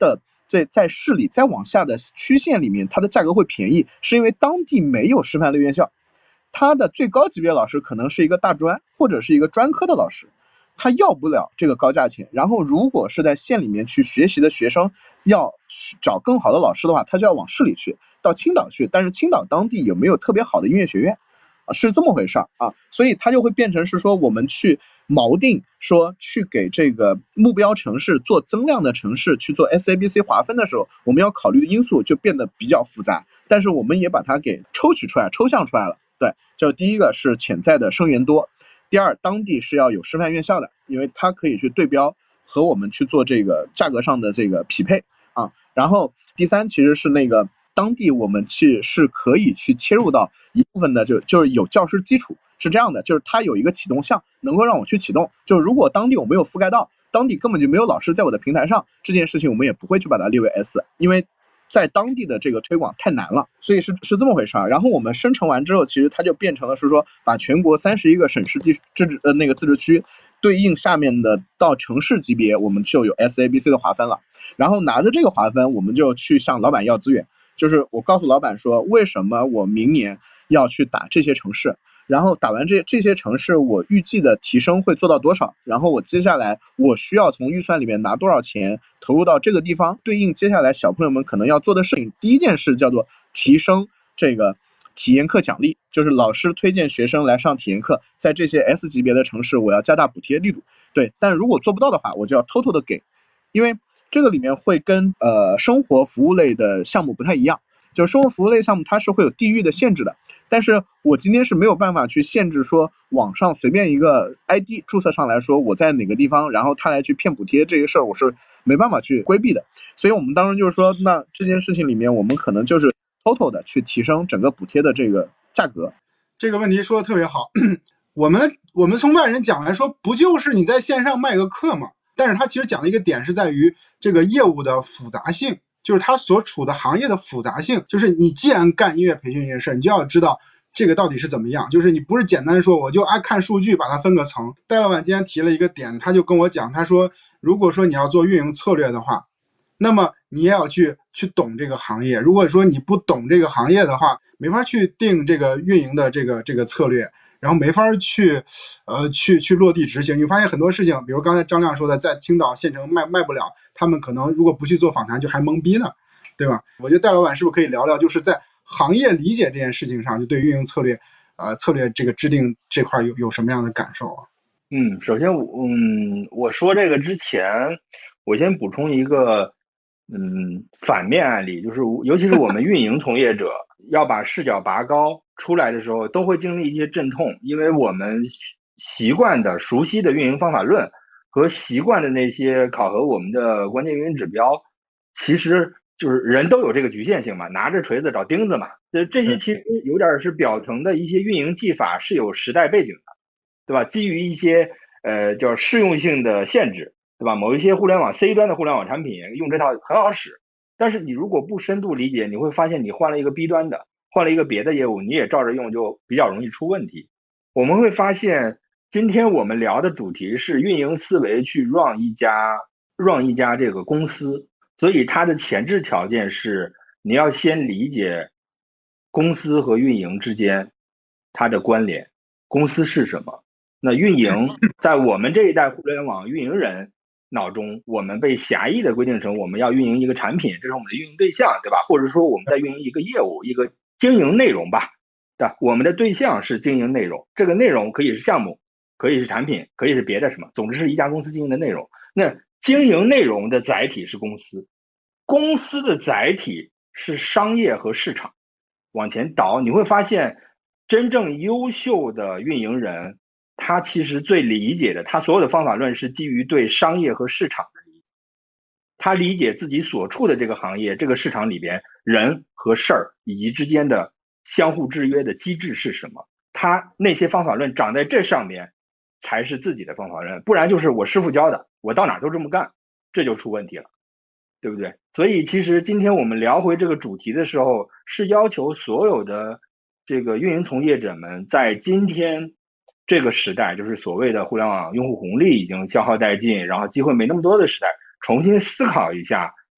在市里再往下的区县里面，它的价格会便宜，是因为当地没有师范类院校，他的最高级别老师可能是一个大专或者是一个专科的老师，他要不了这个高价钱。然后如果是在县里面去学习的学生要找更好的老师的话，他就要往市里去，到青岛去，但是青岛当地有没有特别好的音乐学院是这么回事啊，所以它就会变成是说我们去锚定说去给这个目标城市做增量的城市去做 SABC 划分的时候，我们要考虑的因素就变得比较复杂，但是我们也把它给抽象出来了。对，就第一个是潜在的生源多，第二当地是要有师范院校的，因为它可以去对标和我们去做这个价格上的这个匹配啊。然后第三其实是那个当地我们是可以去切入到一部分的就是有教师基础，是这样的，就是它有一个启动项能够让我去启动，就是如果当地我没有覆盖到，当地根本就没有老师在我的平台上，这件事情我们也不会去把它列为 S， 因为在当地的这个推广太难了，所以是这么回事啊。然后我们生成完之后，其实它就变成了是说，把全国31个省市自治区对应下面的到城市级别，我们就有 SABC 的划分了。然后拿着这个划分，我们就去向老板要资源，就是我告诉老板说，为什么我明年要去打这些城市。然后打完这些城市，我预计的提升会做到多少？然后我接下来我需要从预算里面拿多少钱投入到这个地方，对应接下来小朋友们可能要做的事情。第一件事叫做提升这个体验课奖励，就是老师推荐学生来上体验课，在这些 S 级别的城市，我要加大补贴力度。对，但如果做不到的话，我就要偷偷的给，因为这个里面会跟生活服务类的项目不太一样。就是生活服务类项目它是会有地域的限制的，但是我今天是没有办法去限制说网上随便一个 ID 注册上来说我在哪个地方，然后他来去骗补贴，这个事儿我是没办法去规避的。所以我们当时就是说，那这件事情里面我们可能就是 total 的去提升整个补贴的这个价格。 这个问题说的特别好我们从外人讲来说，不就是你在线上卖个课吗？但是他其实讲的一个点是在于这个业务的复杂性，就是它所处的行业的复杂性，就是你既然干音乐培训这件事，你就要知道这个到底是怎么样，就是你不是简单说我就爱看数据把它分个层。戴老板今天提了一个点，他就跟我讲，他说如果说你要做运营策略的话，那么你也要去懂这个行业，如果说你不懂这个行业的话，没法去定这个运营的这个策略，然后没法去落地执行。你发现很多事情，比如刚才张亮说的，在青岛县城卖不了，他们可能如果不去做访谈就还懵逼呢，对吧？我觉得戴老板是不是可以聊聊，就是在行业理解这件事情上，就对运营策略这个制定这块有什么样的感受啊？ 首先我说这个之前，我先补充一个反面案例，就是尤其是我们运营从业者要把视角拔高出来的时候，都会经历一些阵痛，因为我们习惯的熟悉的运营方法论和习惯的那些考核我们的关键运营指标，其实就是人都有这个局限性嘛，拿着锤子找钉子嘛，这些其实有点是表层的一些运营技法是有时代背景的，对吧？基于一些叫适用性的限制，对吧？某一些互联网 C 端的互联网产品用这套很好使，但是你如果不深度理解，你会发现你换了一个 B 端的，换了一个别的业务，你也照着用，就比较容易出问题。我们会发现，今天我们聊的主题是运营思维去 run 一家这个公司，所以它的前置条件是你要先理解公司和运营之间它的关联，公司是什么？那运营在我们这一代互联网运营人脑中，我们被狭义的规定成我们要运营一个产品，这是我们的运营对象，对吧？或者说我们在运营一个业务，一个经营内容吧，对吧？我们的对象是经营内容，这个内容可以是项目，可以是产品，可以是别的什么，总之是一家公司经营的内容。那经营内容的载体是公司，公司的载体是商业和市场。往前倒，你会发现真正优秀的运营人，他其实最理解的，他所有的方法论是基于对商业和市场的理解。他理解自己所处的这个行业、这个市场里边人和事儿以及之间的相互制约的机制是什么。他那些方法论长在这上面，才是自己的方法论，不然就是我师傅教的，我到哪都这么干，这就出问题了，对不对？所以其实今天我们聊回这个主题的时候，是要求所有的这个运营从业者们在今天这个时代，就是所谓的互联网用户红利已经消耗殆尽，然后机会没那么多的时代，重新思考一下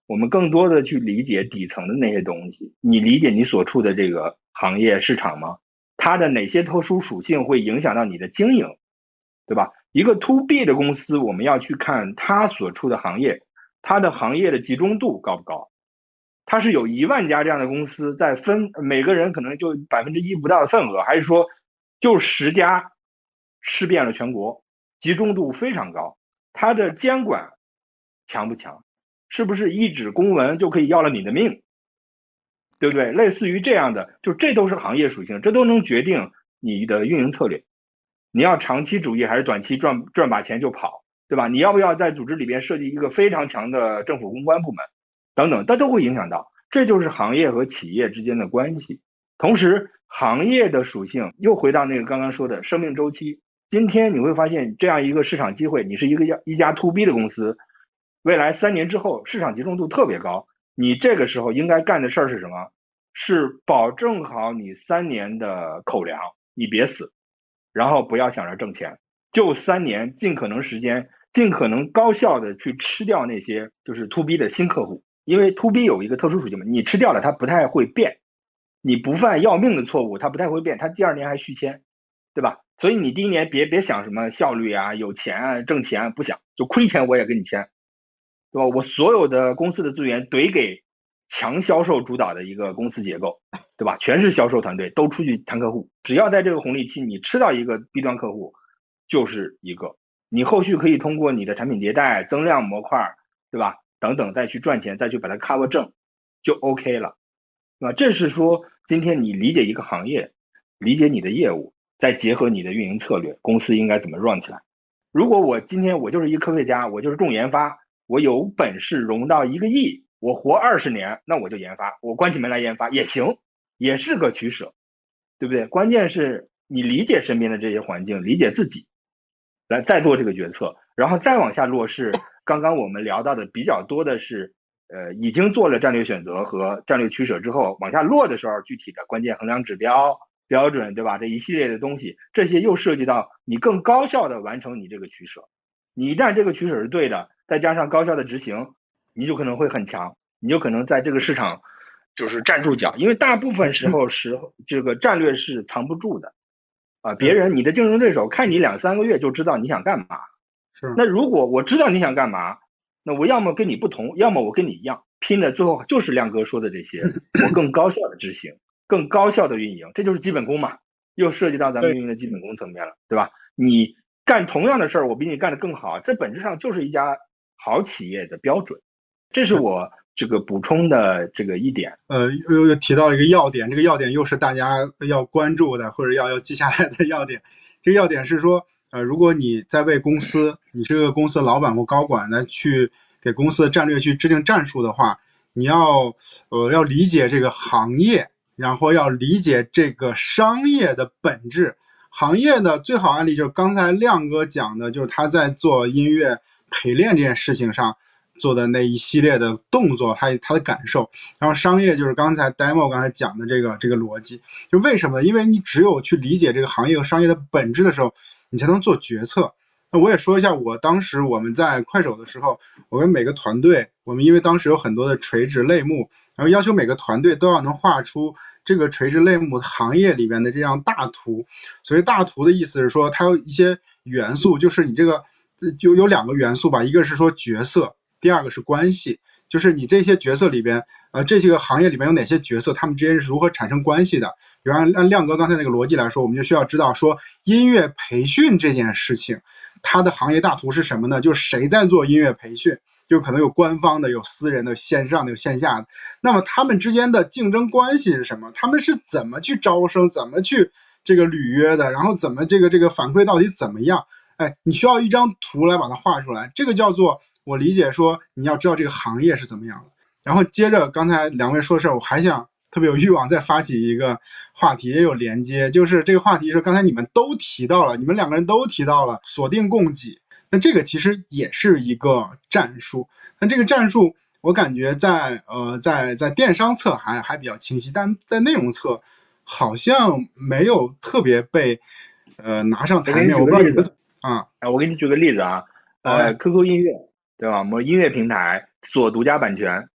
我们更多的去理解底层的那些东西。你理解你所处的这个行业市场吗？它的哪些特殊属性会影响到你的经营，对吧？一个 to B 的公司，我们要去看它所处的行业，它的行业的集中度高不高？它是有1万家这样的公司在分，每个人可能就1%不到的份额，还是说就10家吃遍了全国，集中度非常高？它的监管强不强？是不是一纸公文就可以要了你的命？对不对？类似于这样的，就这都是行业属性，这都能决定你的运营策略。你要长期主义还是短期赚把钱就跑，对吧？你要不要在组织里边设计一个非常强的政府公关部门，等等，它都会影响到。这就是行业和企业之间的关系。同时，行业的属性又回到那个刚刚说的生命周期。今天你会发现这样一个市场机会，你是一家 to B 的公司，未来3年之后市场集中度特别高，你这个时候应该干的事儿是什么？是保证好你3年的口粮，你别死，然后不要想着挣钱，就3年，尽可能时间，尽可能高效的去吃掉那些就是 to B 的新客户。因为 to B 有一个特殊属性嘛，你吃掉了它不太会变，你不犯要命的错误，它不太会变，它第2年还续签，对吧？所以你第1年别想什么效率啊、有钱啊、挣钱啊，不想，就亏钱我也跟你签，对吧？我所有的公司的资源怼给强销售主导的一个公司结构，对吧？全是销售团队都出去谈客户，只要在这个红利期你吃到一个 B 端客户，就是一个，你后续可以通过你的产品迭代、增量模块，对吧？等等再去赚钱，再去把它 cover 正，就 OK 了，对吧？这是说今天你理解一个行业，理解你的业务，再结合你的运营策略，公司应该怎么 run 起来。如果我今天我就是一个科学家，我就是重研发，我有本事融到1个亿，我活20年，那我就研发，我关起门来研发也行，也是个取舍，对不对？关键是你理解身边的这些环境，理解自己，来再做这个决策，然后再往下落实。刚刚我们聊到的比较多的是，已经做了战略选择和战略取舍之后，往下落的时候，具体的关键衡量指标、标准，对吧？这一系列的东西，这些又涉及到你更高效的完成你这个取舍。你一旦这个取舍是对的，再加上高效的执行，你就可能会很强，你就可能在这个市场就是站住脚。因为大部分时候这个战略是藏不住的啊，别人你的竞争对手看你2-3个月就知道你想干嘛。 是。 那如果我知道你想干嘛，那我要么跟你不同，要么我跟你一样，拼的最后就是亮哥说的这些，我更高效的执行，更高效的运营，这就是基本功嘛，又涉及到咱们运营的基本功层面了，对吧？你干同样的事儿，我比你干得更好，这本质上就是一家好企业的标准。这是我这个补充的这个一点。 又提到一个要点，这个要点又是大家要关注的或者要记下来的要点。这个要点是说，如果你在为公司，你是个公司的老板或高管来去给公司的战略去制定战术的话，你要理解这个行业，然后要理解这个商业的本质。行业的最好案例就是刚才亮哥讲的，就是他在做音乐陪练这件事情上做的那一系列的动作，他的感受。然后商业就是刚才 demo 刚才讲的这个逻辑。就为什么呢？因为你只有去理解这个行业和商业的本质的时候，你才能做决策。那我也说一下，当时我们在快手的时候，我跟每个团队，我们因为当时有很多的垂直类目，然后要求每个团队都要能画出这个垂直类目行业里面的这样大图。所谓大图的意思是说，它有一些元素，就是你这个就有2个元素吧，一个是说角色，第2个是关系，就是你这些角色里边，这些个行业里面有哪些角色，他们之间是如何产生关系的。比如按亮哥刚才那个逻辑来说，我们就需要知道说，音乐培训这件事情，它的行业大图是什么呢？就是谁在做音乐培训，就可能有官方的，有私人的，有线上的，有线下的。那么他们之间的竞争关系是什么？他们是怎么去招生，怎么去这个履约的，然后怎么这个反馈到底怎么样？你需要一张图来把它画出来，这个叫做我理解说你要知道这个行业是怎么样的。然后接着刚才2位说的事儿，我还想特别有欲望再发起一个话题，也有连接，就是这个话题是刚才你们都提到了，你们2个人都提到了锁定供给，那这个其实也是一个战术。那这个战术我感觉在电商侧还比较清晰，但在内容侧好像没有特别被拿上台面。我不知道你们我给你举个例子啊，QQ 音乐，对吧？我们音乐平台锁独家版权，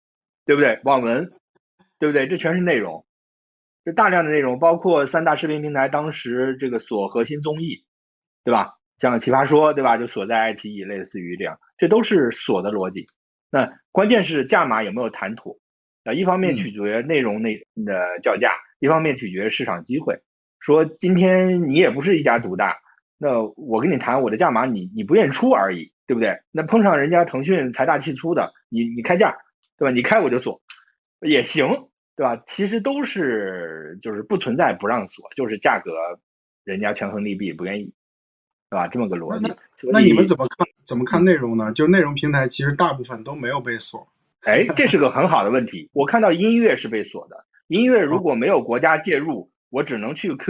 对不对？网文，对不对？这全是内容，这大量的内容，包括3大视频平台当时这个锁核心综艺，对吧？像奇葩说，对吧？就锁在爱奇艺，类似于这样，这都是锁的逻辑。那关键是价码有没有谈妥？一方面取决内容的叫价，一方面取决市场机会。说今天你也不是一家独大，那我跟你谈我的价码，你不愿意出而已，对不对？那碰上人家腾讯财大气粗的，你开价，对吧？你开我就锁也行，对吧？其实都是就是不存在不让锁，就是价格人家权衡利弊不愿意，对吧？这么个逻辑。 那你们怎么看内容呢？就是内容平台其实大部分都没有被锁。 这是个很好的问题。我看到音乐是被锁的，音乐如果没有国家介入，我只能去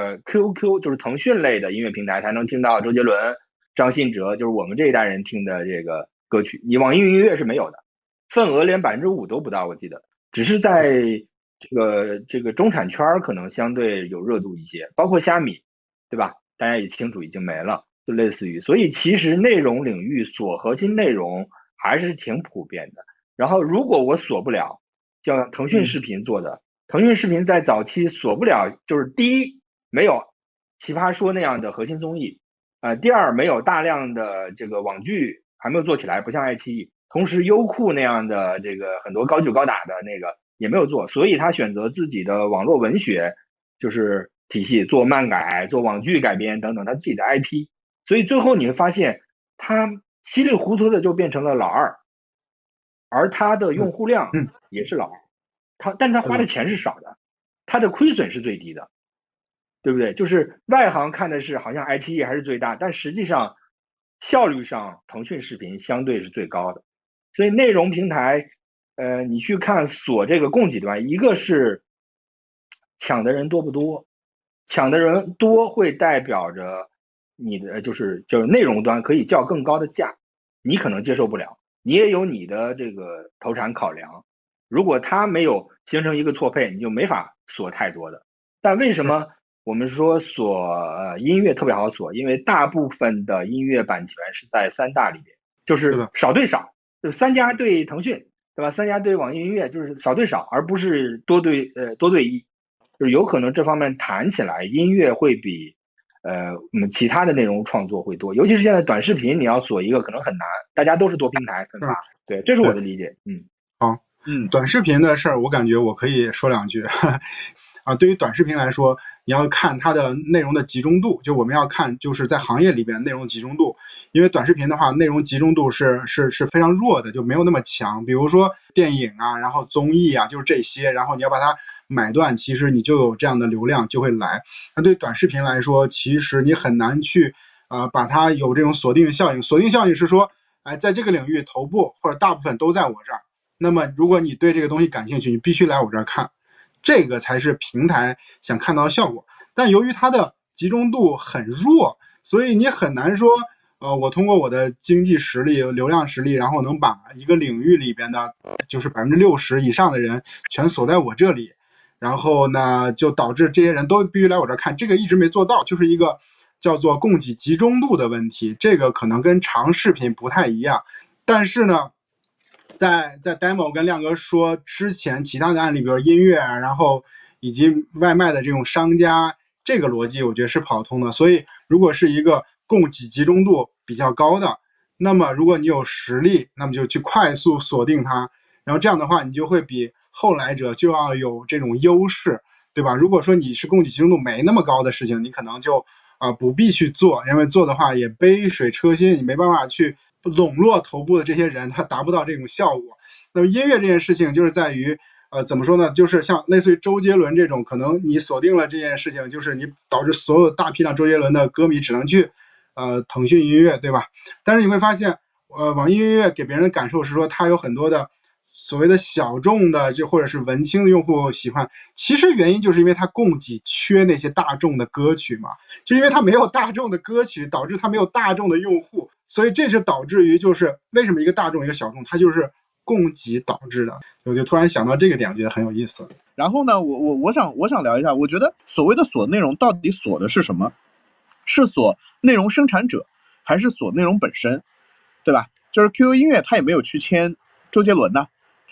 QQ， 就是腾讯类的音乐平台才能听到周杰伦、张信哲，就是我们这一代人听的这个歌曲。你网易云音乐是没有的，份额连5%都不到，我记得，只是在这个中产圈可能相对有热度一些，包括虾米，对吧？大家也清楚已经没了，就类似于，所以其实内容领域锁核心内容还是挺普遍的。然后如果我锁不了，像腾讯视频做的，腾讯视频在早期锁不了，就是第一没有奇葩说那样的核心综艺，第二没有大量的这个网剧还没有做起来，不像爱奇艺，同时优酷那样的这个很多高举高打的那个也没有做，所以他选择自己的网络文学就是体系做漫改、做网剧改编等等他自己的 IP， 所以最后你会发现他稀里糊涂的就变成了老二。而它的用户量也是老二，但是它花的钱是少的，它的亏损是最低的，对不对？就是外行看的是好像爱奇艺还是最大，但实际上效率上腾讯视频相对是最高的。所以内容平台，你去看锁这个供给端，一个是抢的人多不多，抢的人多会代表着你的就是内容端可以叫更高的价，你可能接受不了。你也有你的这个投产考量，如果它没有形成一个错配，你就没法锁太多的。但为什么我们说锁音乐特别好锁？因为大部分的音乐版权是在3大里边，就是少对少，就是3家对腾讯，对吧？3家对网易云音乐，就是少对少，而不是多对一，就是有可能这方面谈起来，音乐会比其他的内容创作会多，尤其是现在短视频，你要锁一个可能很难，大家都是多平台分发。对，这是我的理解。 好，短视频的事儿，我感觉我可以说2句。对于短视频来说，你要看它的内容的集中度，就我们要看就是在行业里边内容集中度，因为短视频的话，内容集中度是非常弱的，就没有那么强。比如说电影啊，然后综艺啊，就是这些，然后你要把它买断，其实你就有这样的流量就会来。那对短视频来说，其实你很难去把它有这种锁定效应。锁定效应是说，在这个领域头部或者大部分都在我这儿，那么如果你对这个东西感兴趣，你必须来我这儿看。这个才是平台想看到的效果，但由于它的集中度很弱，所以你很难说，我通过我的经济实力、流量实力，然后能把一个领域里边的，就是60%以上的人全锁在我这里，然后呢，就导致这些人都必须来我这儿看，这个一直没做到，就是一个叫做供给集中度的问题，这个可能跟长视频不太一样，但是呢。在 demo 跟亮哥说之前，其他的案例，比如音乐啊，然后以及外卖的这种商家，这个逻辑我觉得是跑通的。所以，如果是一个供给集中度比较高的，那么如果你有实力，那么就去快速锁定它，然后这样的话，你就会比后来者就要有这种优势，对吧？如果说你是供给集中度没那么高的事情，你可能就不必去做，因为做的话也杯水车薪，你没办法去笼络头部的这些人，他达不到这种效果。那么音乐这件事情就是在于怎么说呢，就是像类似于周杰伦这种，可能你锁定了这件事情，就是你导致所有大批量周杰伦的歌迷只能去腾讯音乐，对吧？但是你会发现网易音乐给别人的感受是说它有很多的所谓的小众的就或者是文青的用户喜欢，其实原因就是因为它供给缺那些大众的歌曲嘛，就因为它没有大众的歌曲，导致它没有大众的用户，所以这是导致于就是为什么一个大众一个小众，它就是供给导致的。我就突然想到这个点，觉得很有意思。 然后呢，我想聊一下，我觉得所谓的锁内容到底锁的是什么？是锁内容生产者，还是锁内容本身，对吧？就是 QQ 音乐它也没有去签周杰伦呢，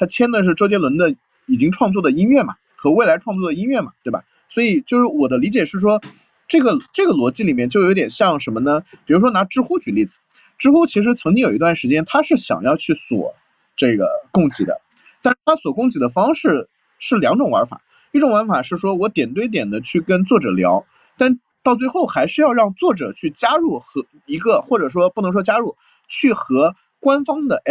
他签的是周杰伦的已经创作的音乐嘛，和未来创作的音乐嘛，对吧？所以就是我的理解是说，这个逻辑里面就有点像什么呢？比如说拿知乎举例子，知乎其实曾经有一段时间，它是想要去锁这个供给的，但是它锁供给的方式是两种玩法，一种玩法是说我点对点的去跟作者聊，但到最后还是要让作者去加入和一个，或者说不能说加入，去和官方的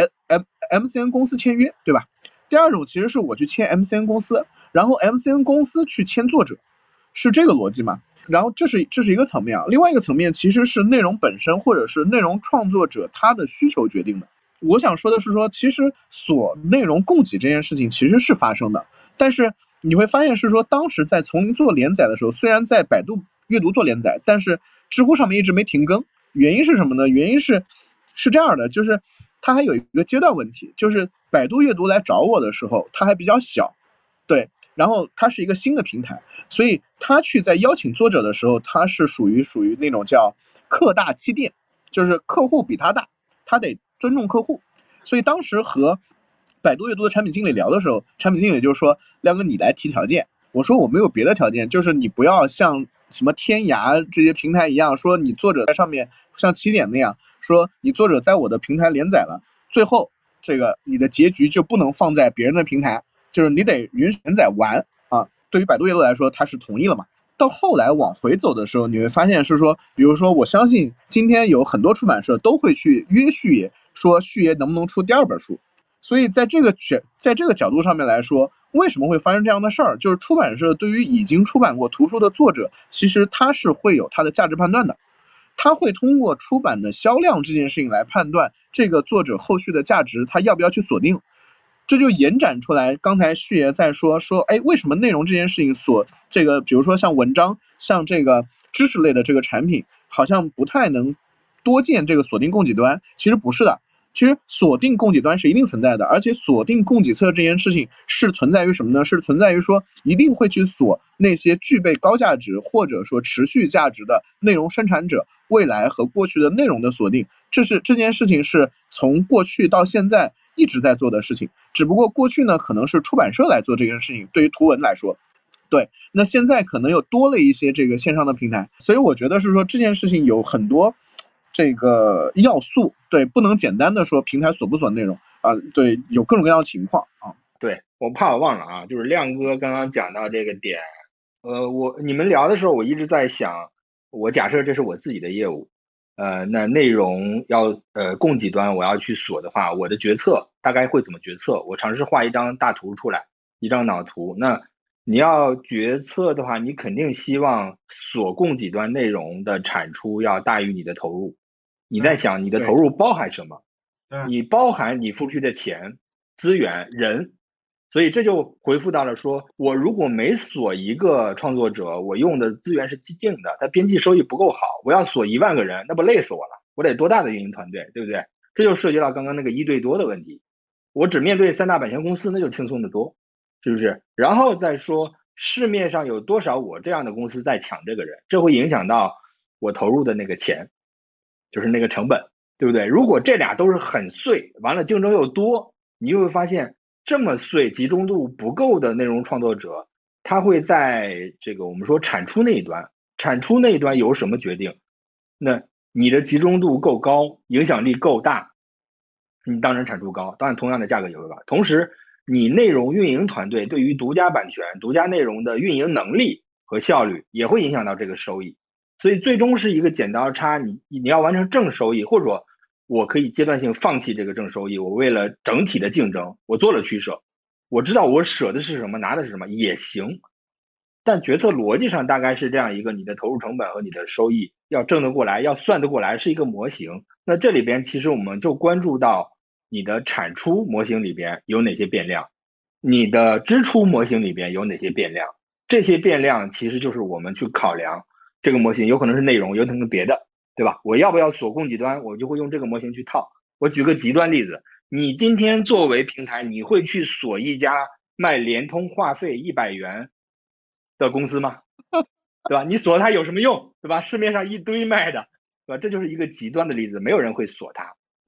MCN 公司签约，对吧？第二种其实是我去签 MCN 公司，然后 MCN 公司去签作者，是这个逻辑吗？然后这是一个层面啊，另外一个层面其实是内容本身或者是内容创作者他的需求决定的。我想说的是说，其实锁内容供给这件事情其实是发生的，但是你会发现是说，当时在丛林做连载的时候，虽然在百度阅读做连载，但是知乎上面一直没停更。原因是什么呢？原因是这样的，就是它还有一个阶段问题，就是百度阅读来找我的时候，它还比较小，对，然后它是一个新的平台，所以他去在邀请作者的时候，他是属于那种叫客大欺店，就是客户比他大，他得尊重客户。所以当时和百度阅读的产品经理聊的时候，产品经理就说：“亮哥，你来提条件。”我说：“我没有别的条件，就是你不要像什么天涯这些平台一样，说你作者在上面像起点那样，说你作者在我的平台连载了，最后这个你的结局就不能放在别人的平台，就是你得允许连载完啊。”对于百度阅读来说，他是同意了嘛？到后来往回走的时候，你会发现是说，比如说，我相信今天有很多出版社都会去约续爷，说续爷能不能出第二本书。所以在这个角度上面来说，为什么会发生这样的事儿？就是出版社对于已经出版过图书的作者，其实他是会有他的价值判断的，他会通过出版的销量这件事情来判断这个作者后续的价值，他要不要去锁定。这就延展出来，刚才旭爷在说，哎，为什么内容这件事情所这个，比如说像文章，像这个知识类的这个产品，好像不太能多见这个锁定供给端？其实不是的，其实锁定供给端是一定存在的，而且锁定供给侧这件事情是存在于什么呢？是存在于说一定会去锁那些具备高价值或者说持续价值的内容生产者未来和过去的内容的锁定。这件事情是从过去到现在一直在做的事情，只不过过去呢可能是出版社来做这件事情，对于图文来说，对，那现在可能又多了一些这个线上的平台，所以我觉得是说这件事情有很多这个要素，对，不能简单的说平台锁不锁内容啊，对，有各种各样的情况啊。 对，我怕我忘了啊，就是亮哥刚刚讲到这个点，你们聊的时候，我一直在想，我假设这是我自己的业务。那内容要供给端我要去锁的话，我的决策大概会怎么决策？我尝试画一张大图出来，一张脑图。那你要决策的话，你肯定希望锁供给端内容的产出要大于你的投入。你在想你的投入包含什么？你包含你付出的钱、资源、人。所以这就回复到了说，我如果每锁一个创作者，我用的资源是既定的，他边际收益不够好，我要锁1万个人，那不累死我了？我得多大的运营团队，对不对？这就涉及到刚刚那个1对多的问题。我只面对3大版权公司，那就轻松的多，是不是？然后再说市面上有多少我这样的公司在抢这个人，这会影响到我投入的那个钱，就是那个成本，对不对？如果这俩都是很碎，完了竞争又多，你就会发现这么碎、集中度不够的内容创作者，他会在这个我们说产出那一端有什么决定？那你的集中度够高，影响力够大，你当然产出高，当然同样的价格也会高。同时，你内容运营团队对于独家版权、独家内容的运营能力和效率也会影响到这个收益。所以最终是一个剪刀差，你要完成正收益，或者说我可以阶段性放弃这个正收益，我为了整体的竞争，我做了取舍，我知道我舍的是什么，拿的是什么也行。但决策逻辑上大概是这样一个，你的投入成本和你的收益要挣得过来，要算得过来，是一个模型。那这里边其实我们就关注到你的产出模型里边有哪些变量，你的支出模型里边有哪些变量，这些变量其实就是我们去考量这个模型，有可能是内容，有可能是别的，对吧？我要不要锁供给端，我就会用这个模型去套。我举个极端例子，你今天作为平台，你会去锁一家卖联通话费100元的公司吗？对吧？你锁它有什么用？对吧？市面上一堆卖的，对吧？这就是一个极端的例子，没有人会锁它。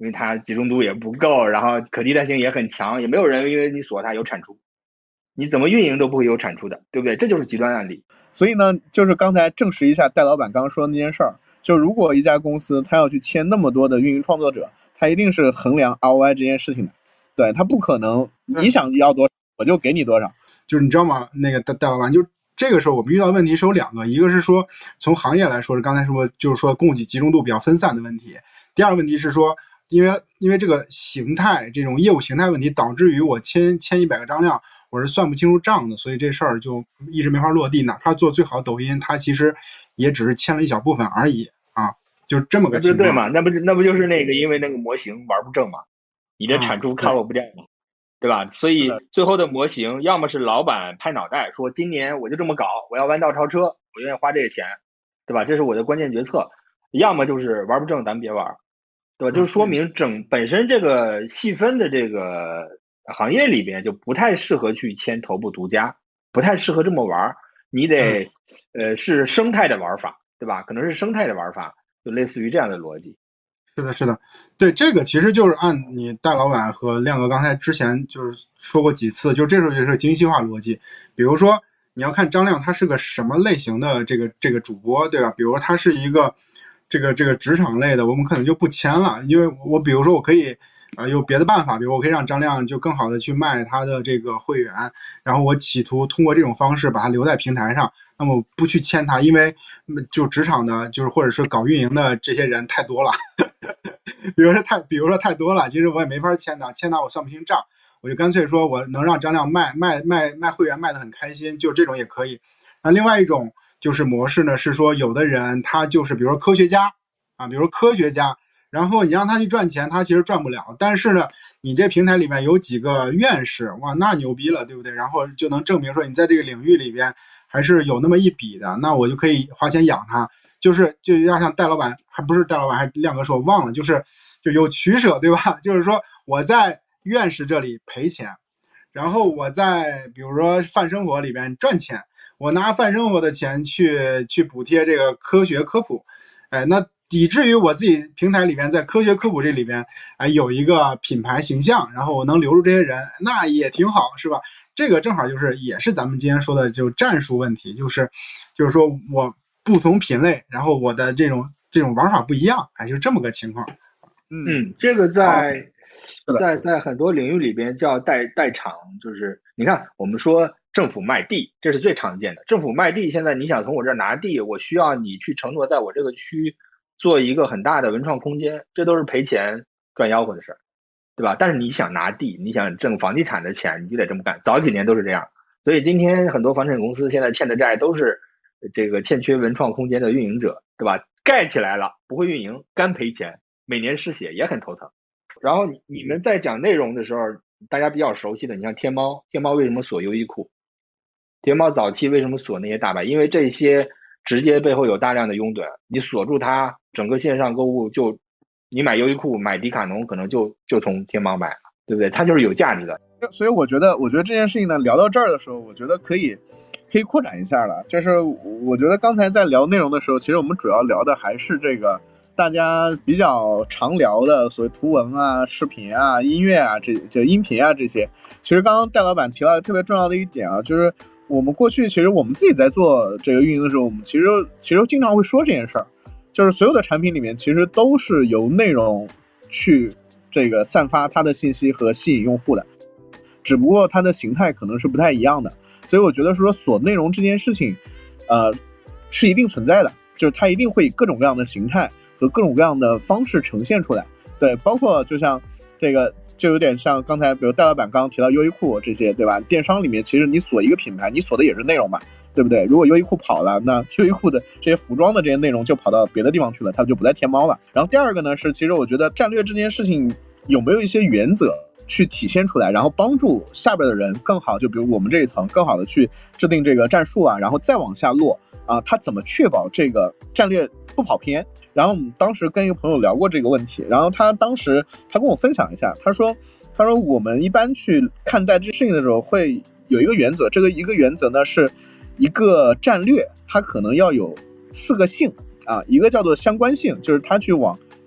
因为它集中度也不够，然后可替代性也很强，也没有人因为你锁它有产出，你怎么运营都不会有产出的，对不对？这就是极端案例。 所以呢，就是刚才证实一下戴老板刚刚说的那件事儿，就如果一家公司他要去签那么多的运营创作者，他一定是衡量 ROI 这件事情的，对，他不可能你想要多少我就给你多少。 就是你知道吗？那个戴老板，就这个时候我们遇到的问题是有两个，一个是说从行业来说是刚才说就是说供给集中度比较分散的问题，第二个问题是说因为这个形态这种业务形态问题导致于我签100个张量我是算不清楚账的，所以这事儿就一直没法落地，哪怕做最好的抖音它其实也只是签了一小部分而已啊，就这么个情况。 对嘛，那不就是那个因为那个模型玩不正嘛，你的产出 cover 不掉嘛，对吧？所以最后的模型要么是老板拍脑袋说今年我就这么搞，我要弯道超车，我愿意花这个钱，对吧？这是我的关键决策。要么就是玩不正咱们别玩，对吧？就是说明本身这个细分的这个行业里边就不太适合去签头部独家，不太适合这么玩，你得是生态的玩法，对吧？可能是生态的玩法，就类似于这样的逻辑。 是的，对，这个其实就是按你戴老板和亮哥刚才之前就是说过几次，就这时候就是精细化逻辑。比如说你要看张亮他是个什么类型的这个主播，对吧？比如他是一个这个职场类的，我们可能就不签了，因为我比如说我可以有别的办法，比如我可以让张亮就更好的去卖他的这个会员，然后我企图通过这种方式把他留在平台上，那么不去签他，因为就职场的就是或者是搞运营的这些人太多了比如说太多了，其实我也没法签他我算不清账，我就干脆说我能让张亮卖会员卖得很开心，就这种也可以。那另外一种就是模式呢，是说有的人他就是比如说科学家啊，比如说科学家，然后你让他去赚钱，他其实赚不了，但是呢你这平台里面有几个院士，哇那牛逼了，对不对？然后就能证明说你在这个领域里边还是有那么一笔的，那我就可以花钱养他。就要像戴老板，还不是戴老板，还是亮哥说我忘了，就有取舍，对吧？就是说我在院士这里赔钱，然后我在比如说泛生活里边赚钱，我拿泛生活的钱去补贴这个科学科普，那以至于我自己平台里边在科学科普这里边有一个品牌形象，然后我能留住这些人，那也挺好，是吧？这个正好也是咱们今天说的就战术问题，就是说我不同品类，然后我的这种玩法不一样，就这么个情况。 这个在很多领域里边叫代偿，就是你看我们说政府卖地，这是最常见的。政府卖地，现在你想从我这儿拿地，我需要你去承诺在我这个区做一个很大的文创空间，这都是赔钱赚吆喝的事儿，对吧？但是你想拿地，你想挣房地产的钱，你就得这么干。早几年都是这样，所以今天很多房产公司现在欠的债都是这个欠缺文创空间的运营者，对吧？盖起来了不会运营，干赔钱，每年失血也很头疼。然后你们在讲内容的时候，大家比较熟悉的，你像天猫为什么锁优衣库？天猫早期为什么锁那些大牌？因为这些直接背后有大量的拥趸，你锁住它，整个线上购物就你买优衣库、买迪卡侬，可能就从天猫买了，对不对？它就是有价值的。 所以我觉得这件事情呢，聊到这儿的时候，我觉得可以扩展一下了。就是我觉得刚才在聊内容的时候，其实我们主要聊的还是这个大家比较常聊的所谓图文啊、视频啊、音乐啊、这音频啊这些。其实刚刚戴老板提到特别重要的一点啊，就是我们过去其实我们自己在做这个运营的时候，我们其实经常会说这件事儿，就是所有的产品里面其实都是由内容去这个散发它的信息和吸引用户的，只不过它的形态可能是不太一样的。所以我觉得说锁内容这件事情是一定存在的，就是它一定会以各种各样的形态和各种各样的方式呈现出来。对，包括就像这个就有点像刚才比如戴老板刚刚提到优衣库这些，对吧？电商里面其实你锁一个品牌，你锁的也是内容嘛，对不对？如果优衣库跑了，那优衣库的这些服装的这些内容就跑到别的地方去了，它就不在天猫了。然后第二个呢是，其实我觉得战略这件事情有没有一些原则去体现出来，然后帮助下边的人更好，就比如我们这一层更好的去制定这个战术啊，然后再往下落啊，他怎么确保这个战略不跑偏？然后我们当时跟一个朋友聊过这个问题，然后他当时跟我分享一下，他说我们一般去看待这事情的时候会有一个原则，这个一个原则呢是一个战略，它可能要有4个性啊，一个叫做相关性，就是它去往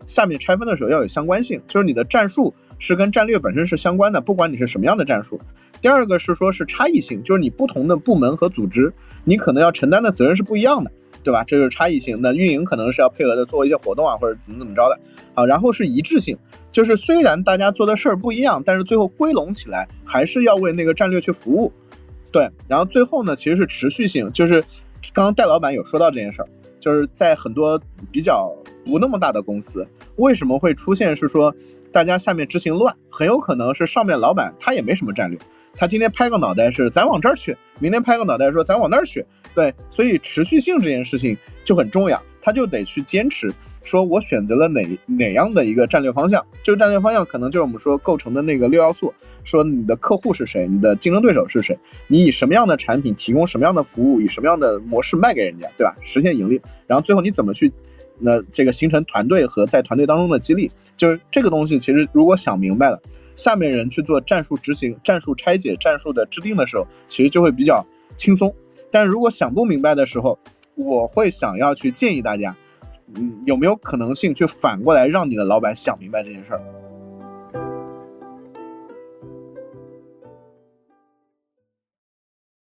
下面拆分的时候要有相关性，就是你的战术是跟战略本身是相关的，不管你是什么样的战术。第二个是说是差异性，就是你不同的部门和组织，你可能要承担的责任是不一样的，对吧？这就是差异性。那运营可能是要配合的做一些活动啊，或者怎么着的。好，然后是一致性，就是虽然大家做的事儿不一样，但是最后归拢起来还是要为那个战略去服务。对，然后最后呢，其实是持续性，就是刚刚戴老板有说到这件事儿，就是在很多比较不那么大的公司，为什么会出现是说大家下面执行乱，很有可能是上面老板他也没什么战略，他今天拍个脑袋是咱往这儿去，明天拍个脑袋说咱往那儿去，对，所以持续性这件事情就很重要，他就得去坚持，说我选择了哪样的一个战略方向，这个战略方向可能就是我们说构成的那个6要素，说你的客户是谁，你的竞争对手是谁，你以什么样的产品提供什么样的服务，以什么样的模式卖给人家，对吧？实现盈利，然后最后你怎么去这个形成团队和在团队当中的激励，就是这个东西其实如果想明白了，下面人去做战术执行、战术拆解、战术的制定的时候，其实就会比较轻松。但是如果想不明白的时候，我会想要去建议大家，有没有可能性去反过来让你的老板想明白这件事儿。